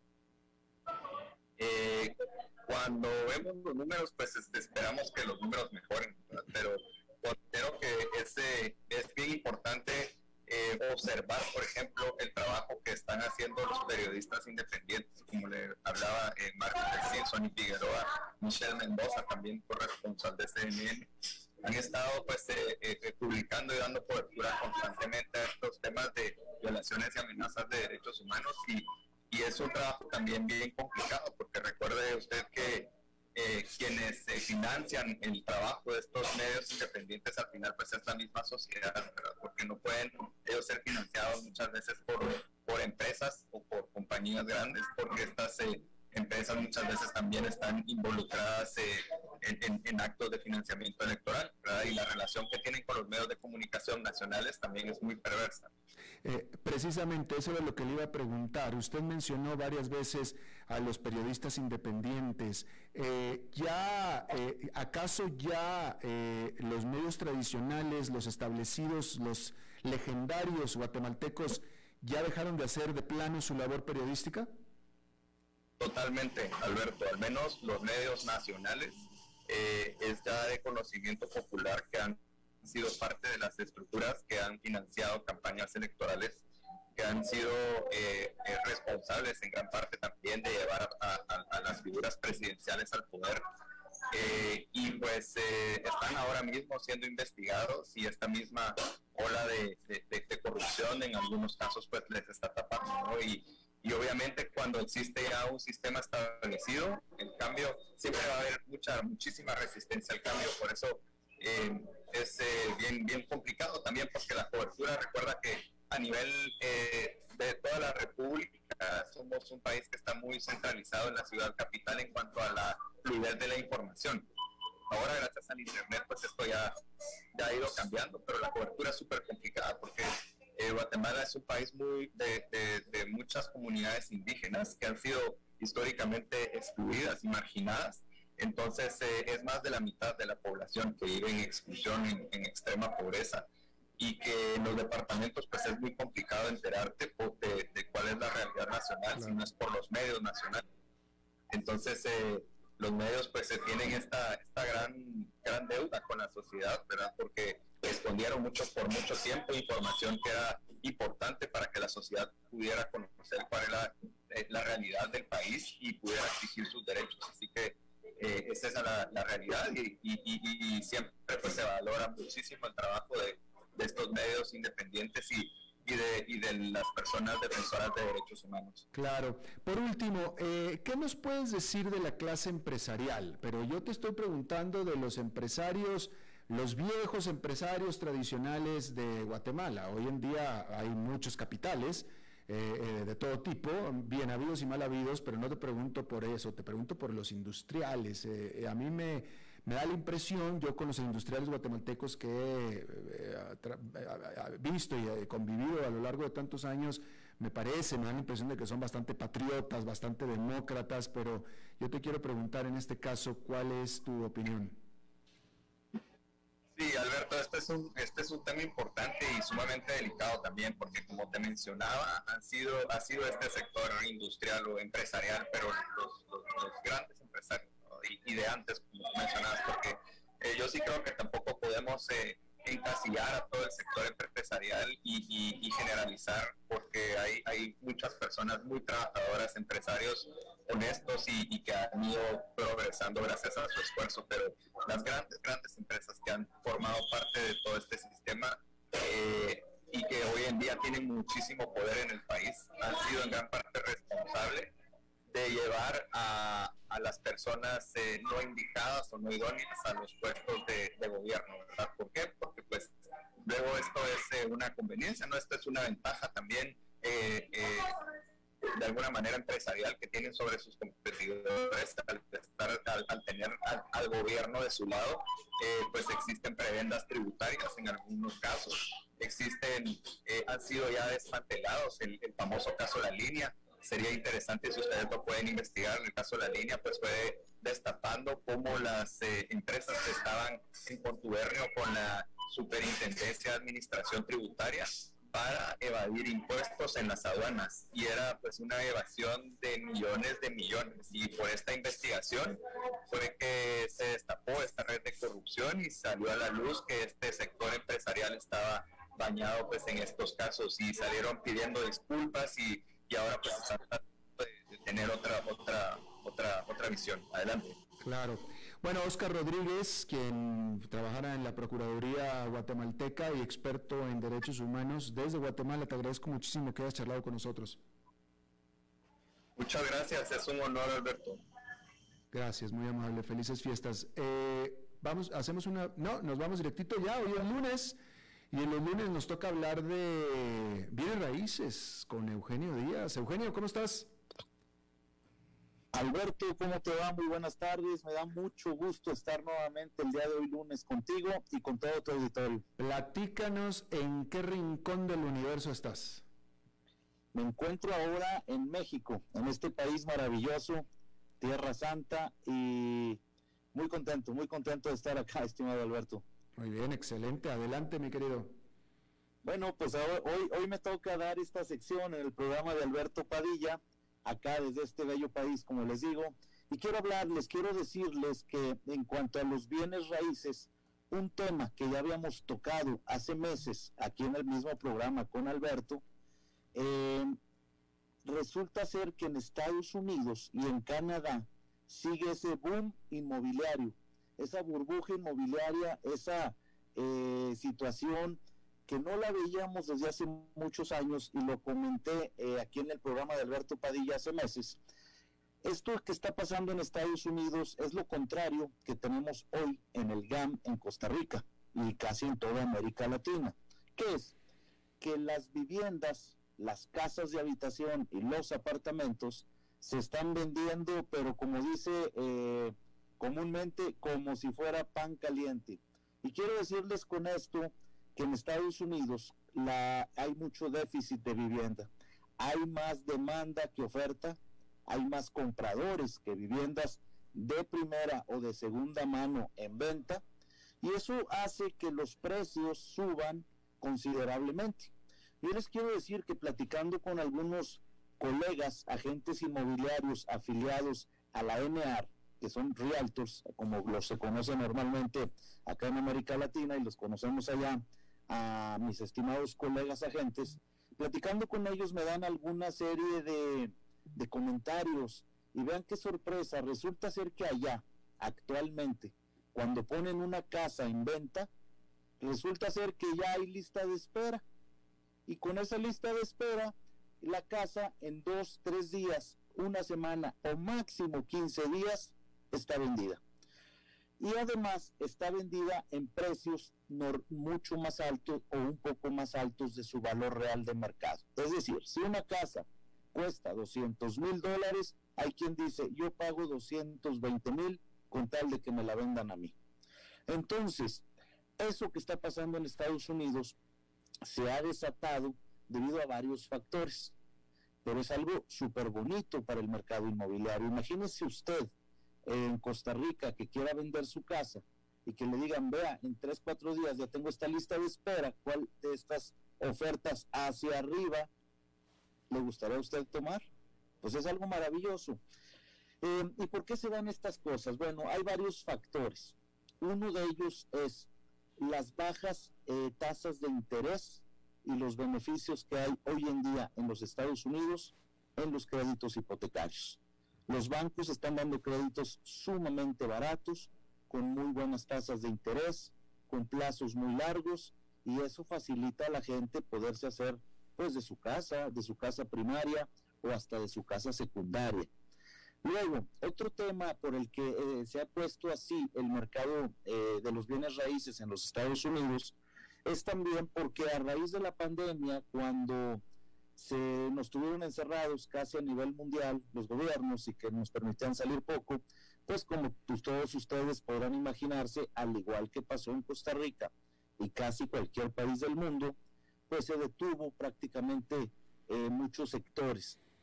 Eh, cuando vemos los números, pues este, esperamos que los números mejoren, ¿verdad? Pero considero que ese, es bien importante eh, observar, por ejemplo, el trabajo que están haciendo los periodistas independientes, como le hablaba eh, Marcos Simpson y Figueroa, Michelle Mendoza, también corresponsal de C N N, han estado pues eh, eh, publicando y dando cobertura constantemente a estos temas de violaciones y amenazas de derechos humanos, y, y es un trabajo también bien complicado, porque recuerde usted que Eh, quienes eh, financian el trabajo de estos medios independientes al final pues es la misma sociedad, ¿verdad? Porque no pueden ellos ser financiados muchas veces por, por empresas o por compañías grandes, porque estas eh, empresas muchas veces también están involucradas eh, en, en, en actos de financiamiento electoral, ¿verdad? Y la relación que tienen con los medios de comunicación nacionales también es muy perversa. Eh, precisamente eso es lo que le iba a preguntar. Usted mencionó varias veces a los periodistas independientes. Eh, ya, eh, ¿acaso ya eh, los medios tradicionales, los establecidos, los legendarios guatemaltecos, ya dejaron de hacer de plano su labor periodística? Totalmente, Alberto. Al menos los medios nacionales eh, es ya de conocimiento popular que han sido parte de las estructuras que han financiado campañas electorales, que han sido eh, eh, responsables en gran parte también de llevar a, a, a las figuras presidenciales al poder, eh, y pues eh, están ahora mismo siendo investigados, y esta misma ola de, de, de, de corrupción en algunos casos pues les está tapando, ¿no? Y, y obviamente cuando existe ya un sistema establecido, el cambio, siempre va a haber mucha, muchísima resistencia al cambio. Por eso Eh, es eh, bien, bien complicado también, porque la cobertura, recuerda que a nivel eh, de toda la República somos un país que está muy centralizado en la ciudad capital en cuanto a la fluidez de la información. Ahora, gracias al internet, pues esto ya, ya ha ido cambiando, pero la cobertura es súper complicada, porque eh, Guatemala es un país muy de, de, de muchas comunidades indígenas que han sido históricamente excluidas y marginadas. Entonces eh, es más de la mitad de la población que vive en exclusión, en, en extrema pobreza, y que en los departamentos pues es muy complicado enterarte de, de cuál es la realidad nacional, claro, si no es por los medios nacionales. Entonces eh, los medios pues se tienen esta, esta gran, gran deuda con la sociedad, ¿verdad? Porque escondieron mucho por mucho tiempo información que era importante para que la sociedad pudiera conocer cuál era la, la realidad del país y pudiera exigir sus derechos. Así que Eh, esa es la, la realidad, y, y, y, y siempre pues se valora muchísimo el trabajo de, de estos medios independientes y, y, de, y de las personas defensoras de derechos humanos. Claro. Por último, eh, ¿qué nos puedes decir de la clase empresarial? Pero yo te estoy preguntando de los empresarios, los viejos empresarios tradicionales de Guatemala. Hoy en día hay muchos capitales, Eh, eh, de todo tipo, bien habidos y mal habidos, pero no te pregunto por eso, te pregunto por los industriales. Eh, eh, a mí me, me da la impresión, yo con los industriales guatemaltecos que he eh, visto y he convivido a lo largo de tantos años, me parece, me da la impresión de que son bastante patriotas, bastante demócratas, pero yo te quiero preguntar en este caso, ¿cuál es tu opinión? Sí, Alberto, este es un este es un tema importante y sumamente delicado también, porque como te mencionaba, han sido ha sido este sector industrial o empresarial, pero los, los, los grandes empresarios, ¿no? y, y de antes, como tú mencionabas, porque eh, yo sí creo que tampoco podemos eh, encasillar a todo el sector empresarial y, y, y generalizar, porque hay hay muchas personas muy trabajadoras, empresarios honestos y, y que han ido progresando gracias a su esfuerzo, pero las grandes, grandes empresas que han formado parte de todo este sistema eh, y que hoy en día tienen muchísimo poder en el país, han sido en gran parte responsables de llevar a, a las personas eh, no indicadas o no idóneas a los puestos de, de gobierno, ¿verdad? ¿Por qué? Porque pues luego esto es eh, una conveniencia, ¿no? Esto es una ventaja también eh, eh, de alguna manera empresarial que tienen sobre sus competidores al, estar, al, al tener al, al gobierno de su lado. Eh, pues existen prebendas tributarias en algunos casos, existen, eh, han sido ya desmantelados, el, el famoso caso La Línea, sería interesante si ustedes lo pueden investigar. En el caso de La Línea, pues fue destapando cómo las eh, empresas estaban en contubernio con la Superintendencia de Administración Tributaria para evadir impuestos en las aduanas, y era pues una evasión de millones de millones, y por esta investigación fue que se destapó esta red de corrupción y salió a la luz que este sector empresarial estaba bañado pues en estos casos, y salieron pidiendo disculpas y, y ahora pues están tratando de tener otra otra otra otra visión. Adelante. Claro. Bueno, Oscar Rodríguez, quien trabajara en la Procuraduría guatemalteca y experto en derechos humanos desde Guatemala, te agradezco muchísimo que hayas charlado con nosotros. Muchas gracias, es un honor, Alberto. Gracias, muy amable, felices fiestas. Eh, vamos, hacemos una, no, nos vamos directito ya, hoy es lunes, y en los lunes nos toca hablar de bienes raíces con Eugenio Díaz. Eugenio, ¿cómo estás? Alberto, ¿cómo te va? Muy buenas tardes, me da mucho gusto estar nuevamente el día de hoy lunes contigo y con todo tu auditorio. Platícanos en qué rincón del universo estás. Me encuentro ahora en México, en este país maravilloso, Tierra Santa, y muy contento, muy contento de estar acá, estimado Alberto. Muy bien, excelente, adelante mi querido. Bueno, pues ahora, hoy, hoy me toca dar esta sección en el programa de Alberto Padilla, acá desde este bello país, como les digo, y quiero hablarles, quiero decirles que en cuanto a los bienes raíces, un tema que ya habíamos tocado hace meses aquí en el mismo programa con Alberto, eh, resulta ser que en Estados Unidos y en Canadá sigue ese boom inmobiliario, esa burbuja inmobiliaria, esa eh, situación que no la veíamos desde hace muchos años, y lo comenté eh, aquí en el programa de Alberto Padilla hace meses. Esto que está pasando en Estados Unidos es lo contrario que tenemos hoy en el G A M en Costa Rica y casi en toda América Latina. ¿Qué es? Que las viviendas, las casas de habitación y los apartamentos se están vendiendo, pero como dice eh, comúnmente, como si fuera pan caliente. Y quiero decirles con esto que en Estados Unidos la, hay mucho déficit de vivienda, hay más demanda que oferta, hay más compradores que viviendas de primera o de segunda mano en venta, y eso hace que los precios suban considerablemente. Yo les quiero decir que platicando con algunos colegas, agentes inmobiliarios afiliados a la N A R, que son realtors, como los se conoce normalmente acá en América Latina y los conocemos allá, a mis estimados colegas agentes, platicando con ellos me dan alguna serie de, de comentarios, y vean qué sorpresa, resulta ser que allá, actualmente, cuando ponen una casa en venta, resulta ser que ya hay lista de espera, y con esa lista de espera, la casa en dos, tres días, una semana o máximo quince días está vendida. Y además está vendida en precios no, mucho más altos o un poco más altos de su valor real de mercado. Es decir, si una casa cuesta doscientos mil dólares, hay quien dice, yo pago doscientos veinte mil con tal de que me la vendan a mí. Entonces, eso que está pasando en Estados Unidos se ha desatado debido a varios factores, pero es algo súper bonito para el mercado inmobiliario. Imagínese usted en Costa Rica que quiera vender su casa y que le digan, vea, en tres, cuatro días ya tengo esta lista de espera, ¿cuál de estas ofertas hacia arriba le gustaría a usted tomar? Pues es algo maravilloso. Eh, ¿Y por qué se dan estas cosas? Bueno, hay varios factores. Uno de ellos es las bajas eh, tasas de interés y los beneficios que hay hoy en día en los Estados Unidos en los créditos hipotecarios. Los bancos están dando créditos sumamente baratos, con muy buenas tasas de interés, con plazos muy largos, y eso facilita a la gente poderse hacer pues de su casa, de su casa primaria o hasta de su casa secundaria. Luego, otro tema por el que eh, se ha puesto así el mercado eh, de los bienes raíces en los Estados Unidos es también porque a raíz de la pandemia, cuando se nos tuvieron encerrados casi a nivel mundial los gobiernos y que nos permitían salir poco, pues como pues, todos ustedes podrán imaginarse, al igual que pasó en Costa Rica y casi cualquier país del mundo, pues se detuvo prácticamente eh, muchos sectores,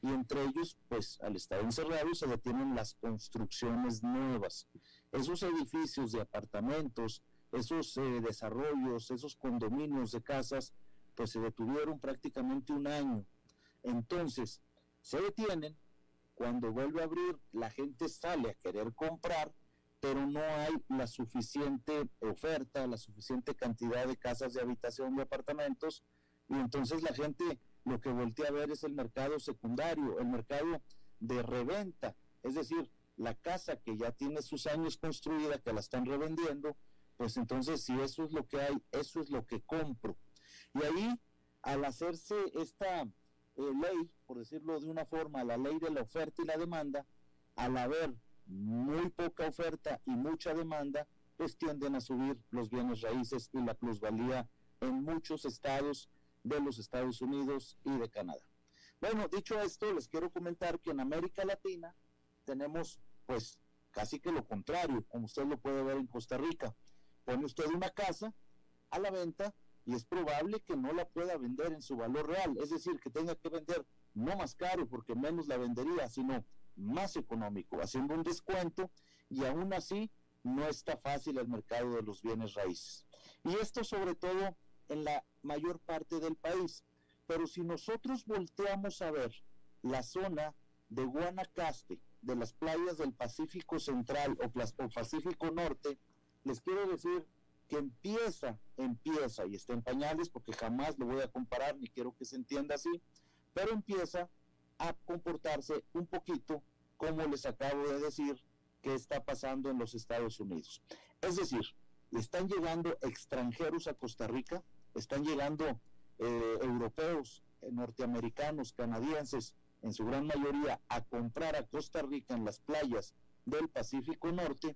y entre ellos, pues al estar encerrados se detienen las construcciones nuevas. Esos edificios de apartamentos, esos eh, desarrollos, esos condominios de casas, pues se detuvieron prácticamente un año. Entonces, se detienen, cuando vuelve a abrir, la gente sale a querer comprar, pero no hay la suficiente oferta, la suficiente cantidad de casas de habitación, de apartamentos, y entonces la gente lo que voltea a ver es el mercado secundario, el mercado de reventa, es decir, la casa que ya tiene sus años construida, que la están revendiendo, pues entonces si eso es lo que hay, eso es lo que compro. Y ahí, al hacerse esta eh, ley, por decirlo de una forma, la ley de la oferta y la demanda, al haber muy poca oferta y mucha demanda, pues tienden a subir los bienes raíces y la plusvalía en muchos estados de los Estados Unidos y de Canadá. Bueno, dicho esto, les quiero comentar que en América Latina tenemos pues casi que lo contrario, como usted lo puede ver en Costa Rica. Pone usted una casa a la venta y es probable que no la pueda vender en su valor real, es decir, que tenga que vender no más caro porque menos la vendería, sino más económico, haciendo un descuento, y aún así no está fácil el mercado de los bienes raíces. Y esto sobre todo en la mayor parte del país. Pero si nosotros volteamos a ver la zona de Guanacaste, de las playas del Pacífico Central o, o Pacífico Norte, les quiero decir que empieza, empieza, y está en pañales porque jamás lo voy a comparar, ni quiero que se entienda así, pero empieza a comportarse un poquito como les acabo de decir que está pasando en los Estados Unidos. Es decir, están llegando extranjeros a Costa Rica, están llegando eh, europeos, eh, norteamericanos, canadienses, en su gran mayoría, a comprar a Costa Rica en las playas del Pacífico Norte,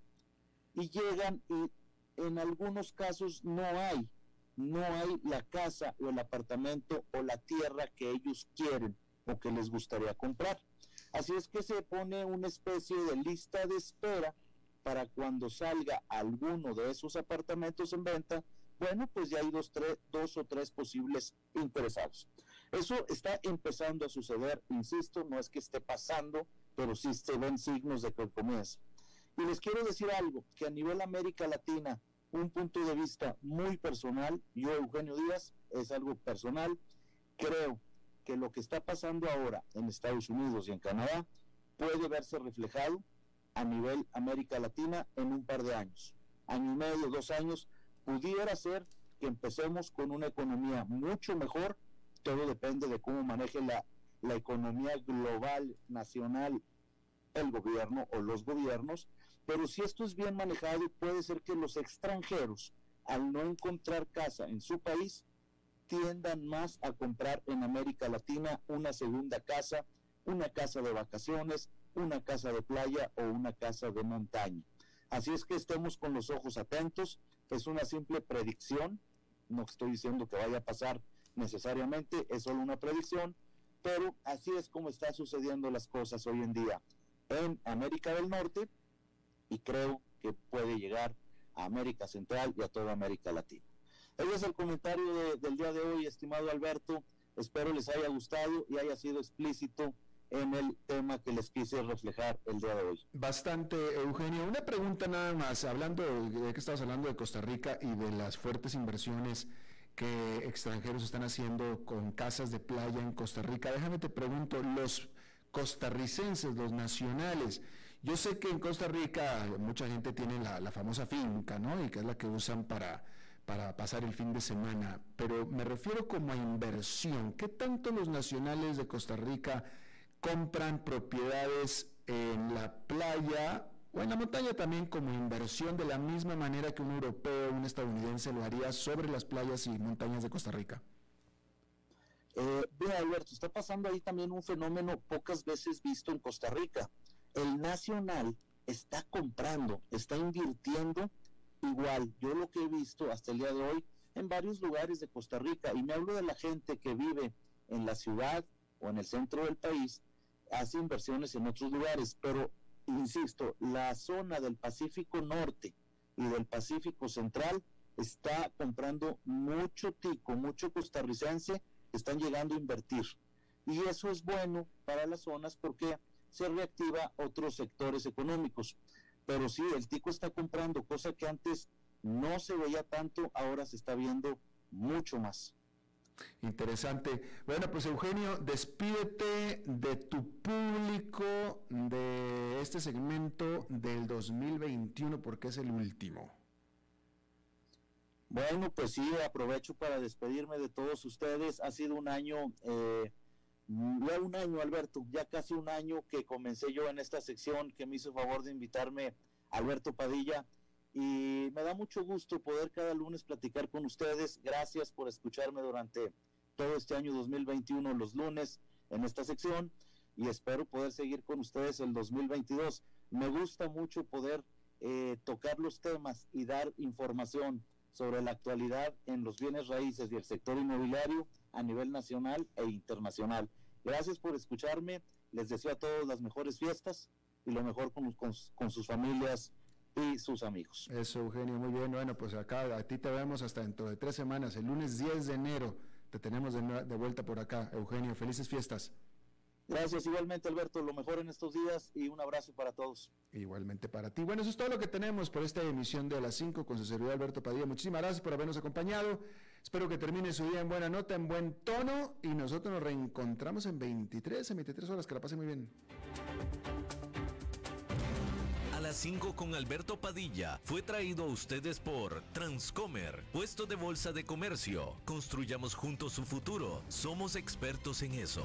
y llegan y en algunos casos no hay, no hay la casa o el apartamento o la tierra que ellos quieren o que les gustaría comprar. Así es que se pone una especie de lista de espera para cuando salga alguno de esos apartamentos en venta. Bueno, pues ya hay dos, tres, dos o tres posibles interesados. Eso está empezando a suceder, insisto, no es que esté pasando, pero sí se ven signos de que comienza. Y les quiero decir algo, que a nivel América Latina, un punto de vista muy personal, yo, Eugenio Díaz, es algo personal, creo que lo que está pasando ahora en Estados Unidos y en Canadá puede verse reflejado a nivel América Latina en un par de años, año y medio, dos años, pudiera ser que empecemos con una economía mucho mejor. Todo depende de cómo maneje la, la economía global, nacional, el gobierno o los gobiernos, pero si esto es bien manejado, puede ser que los extranjeros, al no encontrar casa en su país, tiendan más a comprar en América Latina una segunda casa, una casa de vacaciones, una casa de playa o una casa de montaña. Así es que estemos con los ojos atentos, es una simple predicción, no estoy diciendo que vaya a pasar necesariamente, es solo una predicción, pero así es como están sucediendo las cosas hoy en día en América del Norte, y creo que puede llegar a América Central y a toda América Latina. Ese es el comentario de, del día de hoy, estimado Alberto. Espero les haya gustado y haya sido explícito en el tema que les quise reflejar el día de hoy. Bastante, Eugenio. Una pregunta nada más, hablando de que estabas hablando de Costa Rica y de las fuertes inversiones que extranjeros están haciendo con casas de playa en Costa Rica. Déjame te pregunto, los costarricenses, los nacionales, yo sé que en Costa Rica mucha gente tiene la, la famosa finca, ¿no? Y que es la que usan para, para pasar el fin de semana, pero me refiero como a inversión. ¿Qué tanto los nacionales de Costa Rica compran propiedades en la playa o en la montaña también como inversión, de la misma manera que un europeo, un estadounidense lo haría sobre las playas y montañas de Costa Rica? Eh, mira, Alberto, está pasando ahí también un fenómeno pocas veces visto en Costa Rica. El nacional está comprando, está invirtiendo igual. Yo lo que he visto hasta el día de hoy en varios lugares de Costa Rica, y me hablo de la gente que vive en la ciudad o en el centro del país, hace inversiones en otros lugares, pero insisto, la zona del Pacífico Norte y del Pacífico Central está comprando mucho tico, mucho costarricense, están llegando a invertir. y eso es bueno para las zonas porque se reactiva otros sectores económicos. Pero sí, el tico está comprando, cosa que antes no se veía tanto, ahora se está viendo mucho más. Interesante. Bueno, pues Eugenio, despídete de tu público de este segmento del dos mil veintiuno porque es el último. Bueno, pues sí, aprovecho para despedirme de todos ustedes. Ha sido un año, eh, ya un año, Alberto, ya casi un año que comencé yo en esta sección, que me hizo favor de invitarme Alberto Padilla, y me da mucho gusto poder cada lunes platicar con ustedes. Gracias por escucharme durante todo este año dos mil veintiuno, los lunes, en esta sección, y espero poder seguir con ustedes el dos mil veintidós. Me gusta mucho poder eh, tocar los temas y dar información sobre la actualidad en los bienes raíces y el sector inmobiliario a nivel nacional e internacional. Gracias por escucharme, les deseo a todos las mejores fiestas y lo mejor con, con, con sus familias y sus amigos. Eso, Eugenio, muy bien. Bueno, pues acá a ti te vemos hasta dentro de tres semanas, el lunes diez de enero, te tenemos de, de vuelta por acá. Eugenio, felices fiestas. Gracias, igualmente, Alberto, lo mejor en estos días y un abrazo para todos. Igualmente para ti. Bueno, eso es todo lo que tenemos por esta emisión de A las cinco con su servidor Alberto Padilla. Muchísimas gracias por habernos acompañado. Espero que termine su día en buena nota, en buen tono, y nosotros nos reencontramos en veintitrés, en veintitrés horas. Que la pasen muy bien. A las cinco con Alberto Padilla fue traído a ustedes por Transcomer, puesto de bolsa de comercio. Construyamos juntos su futuro. Somos expertos en eso.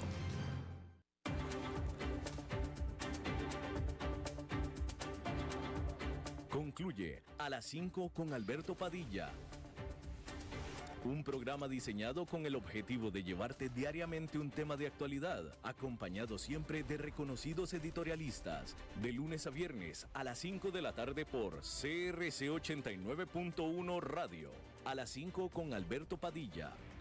Concluye A las cinco con Alberto Padilla. Un programa diseñado con el objetivo de llevarte diariamente un tema de actualidad, acompañado siempre de reconocidos editorialistas, de lunes a viernes a las cinco de la tarde por C R C ochenta y nueve punto uno Radio. A las cinco con Alberto Padilla.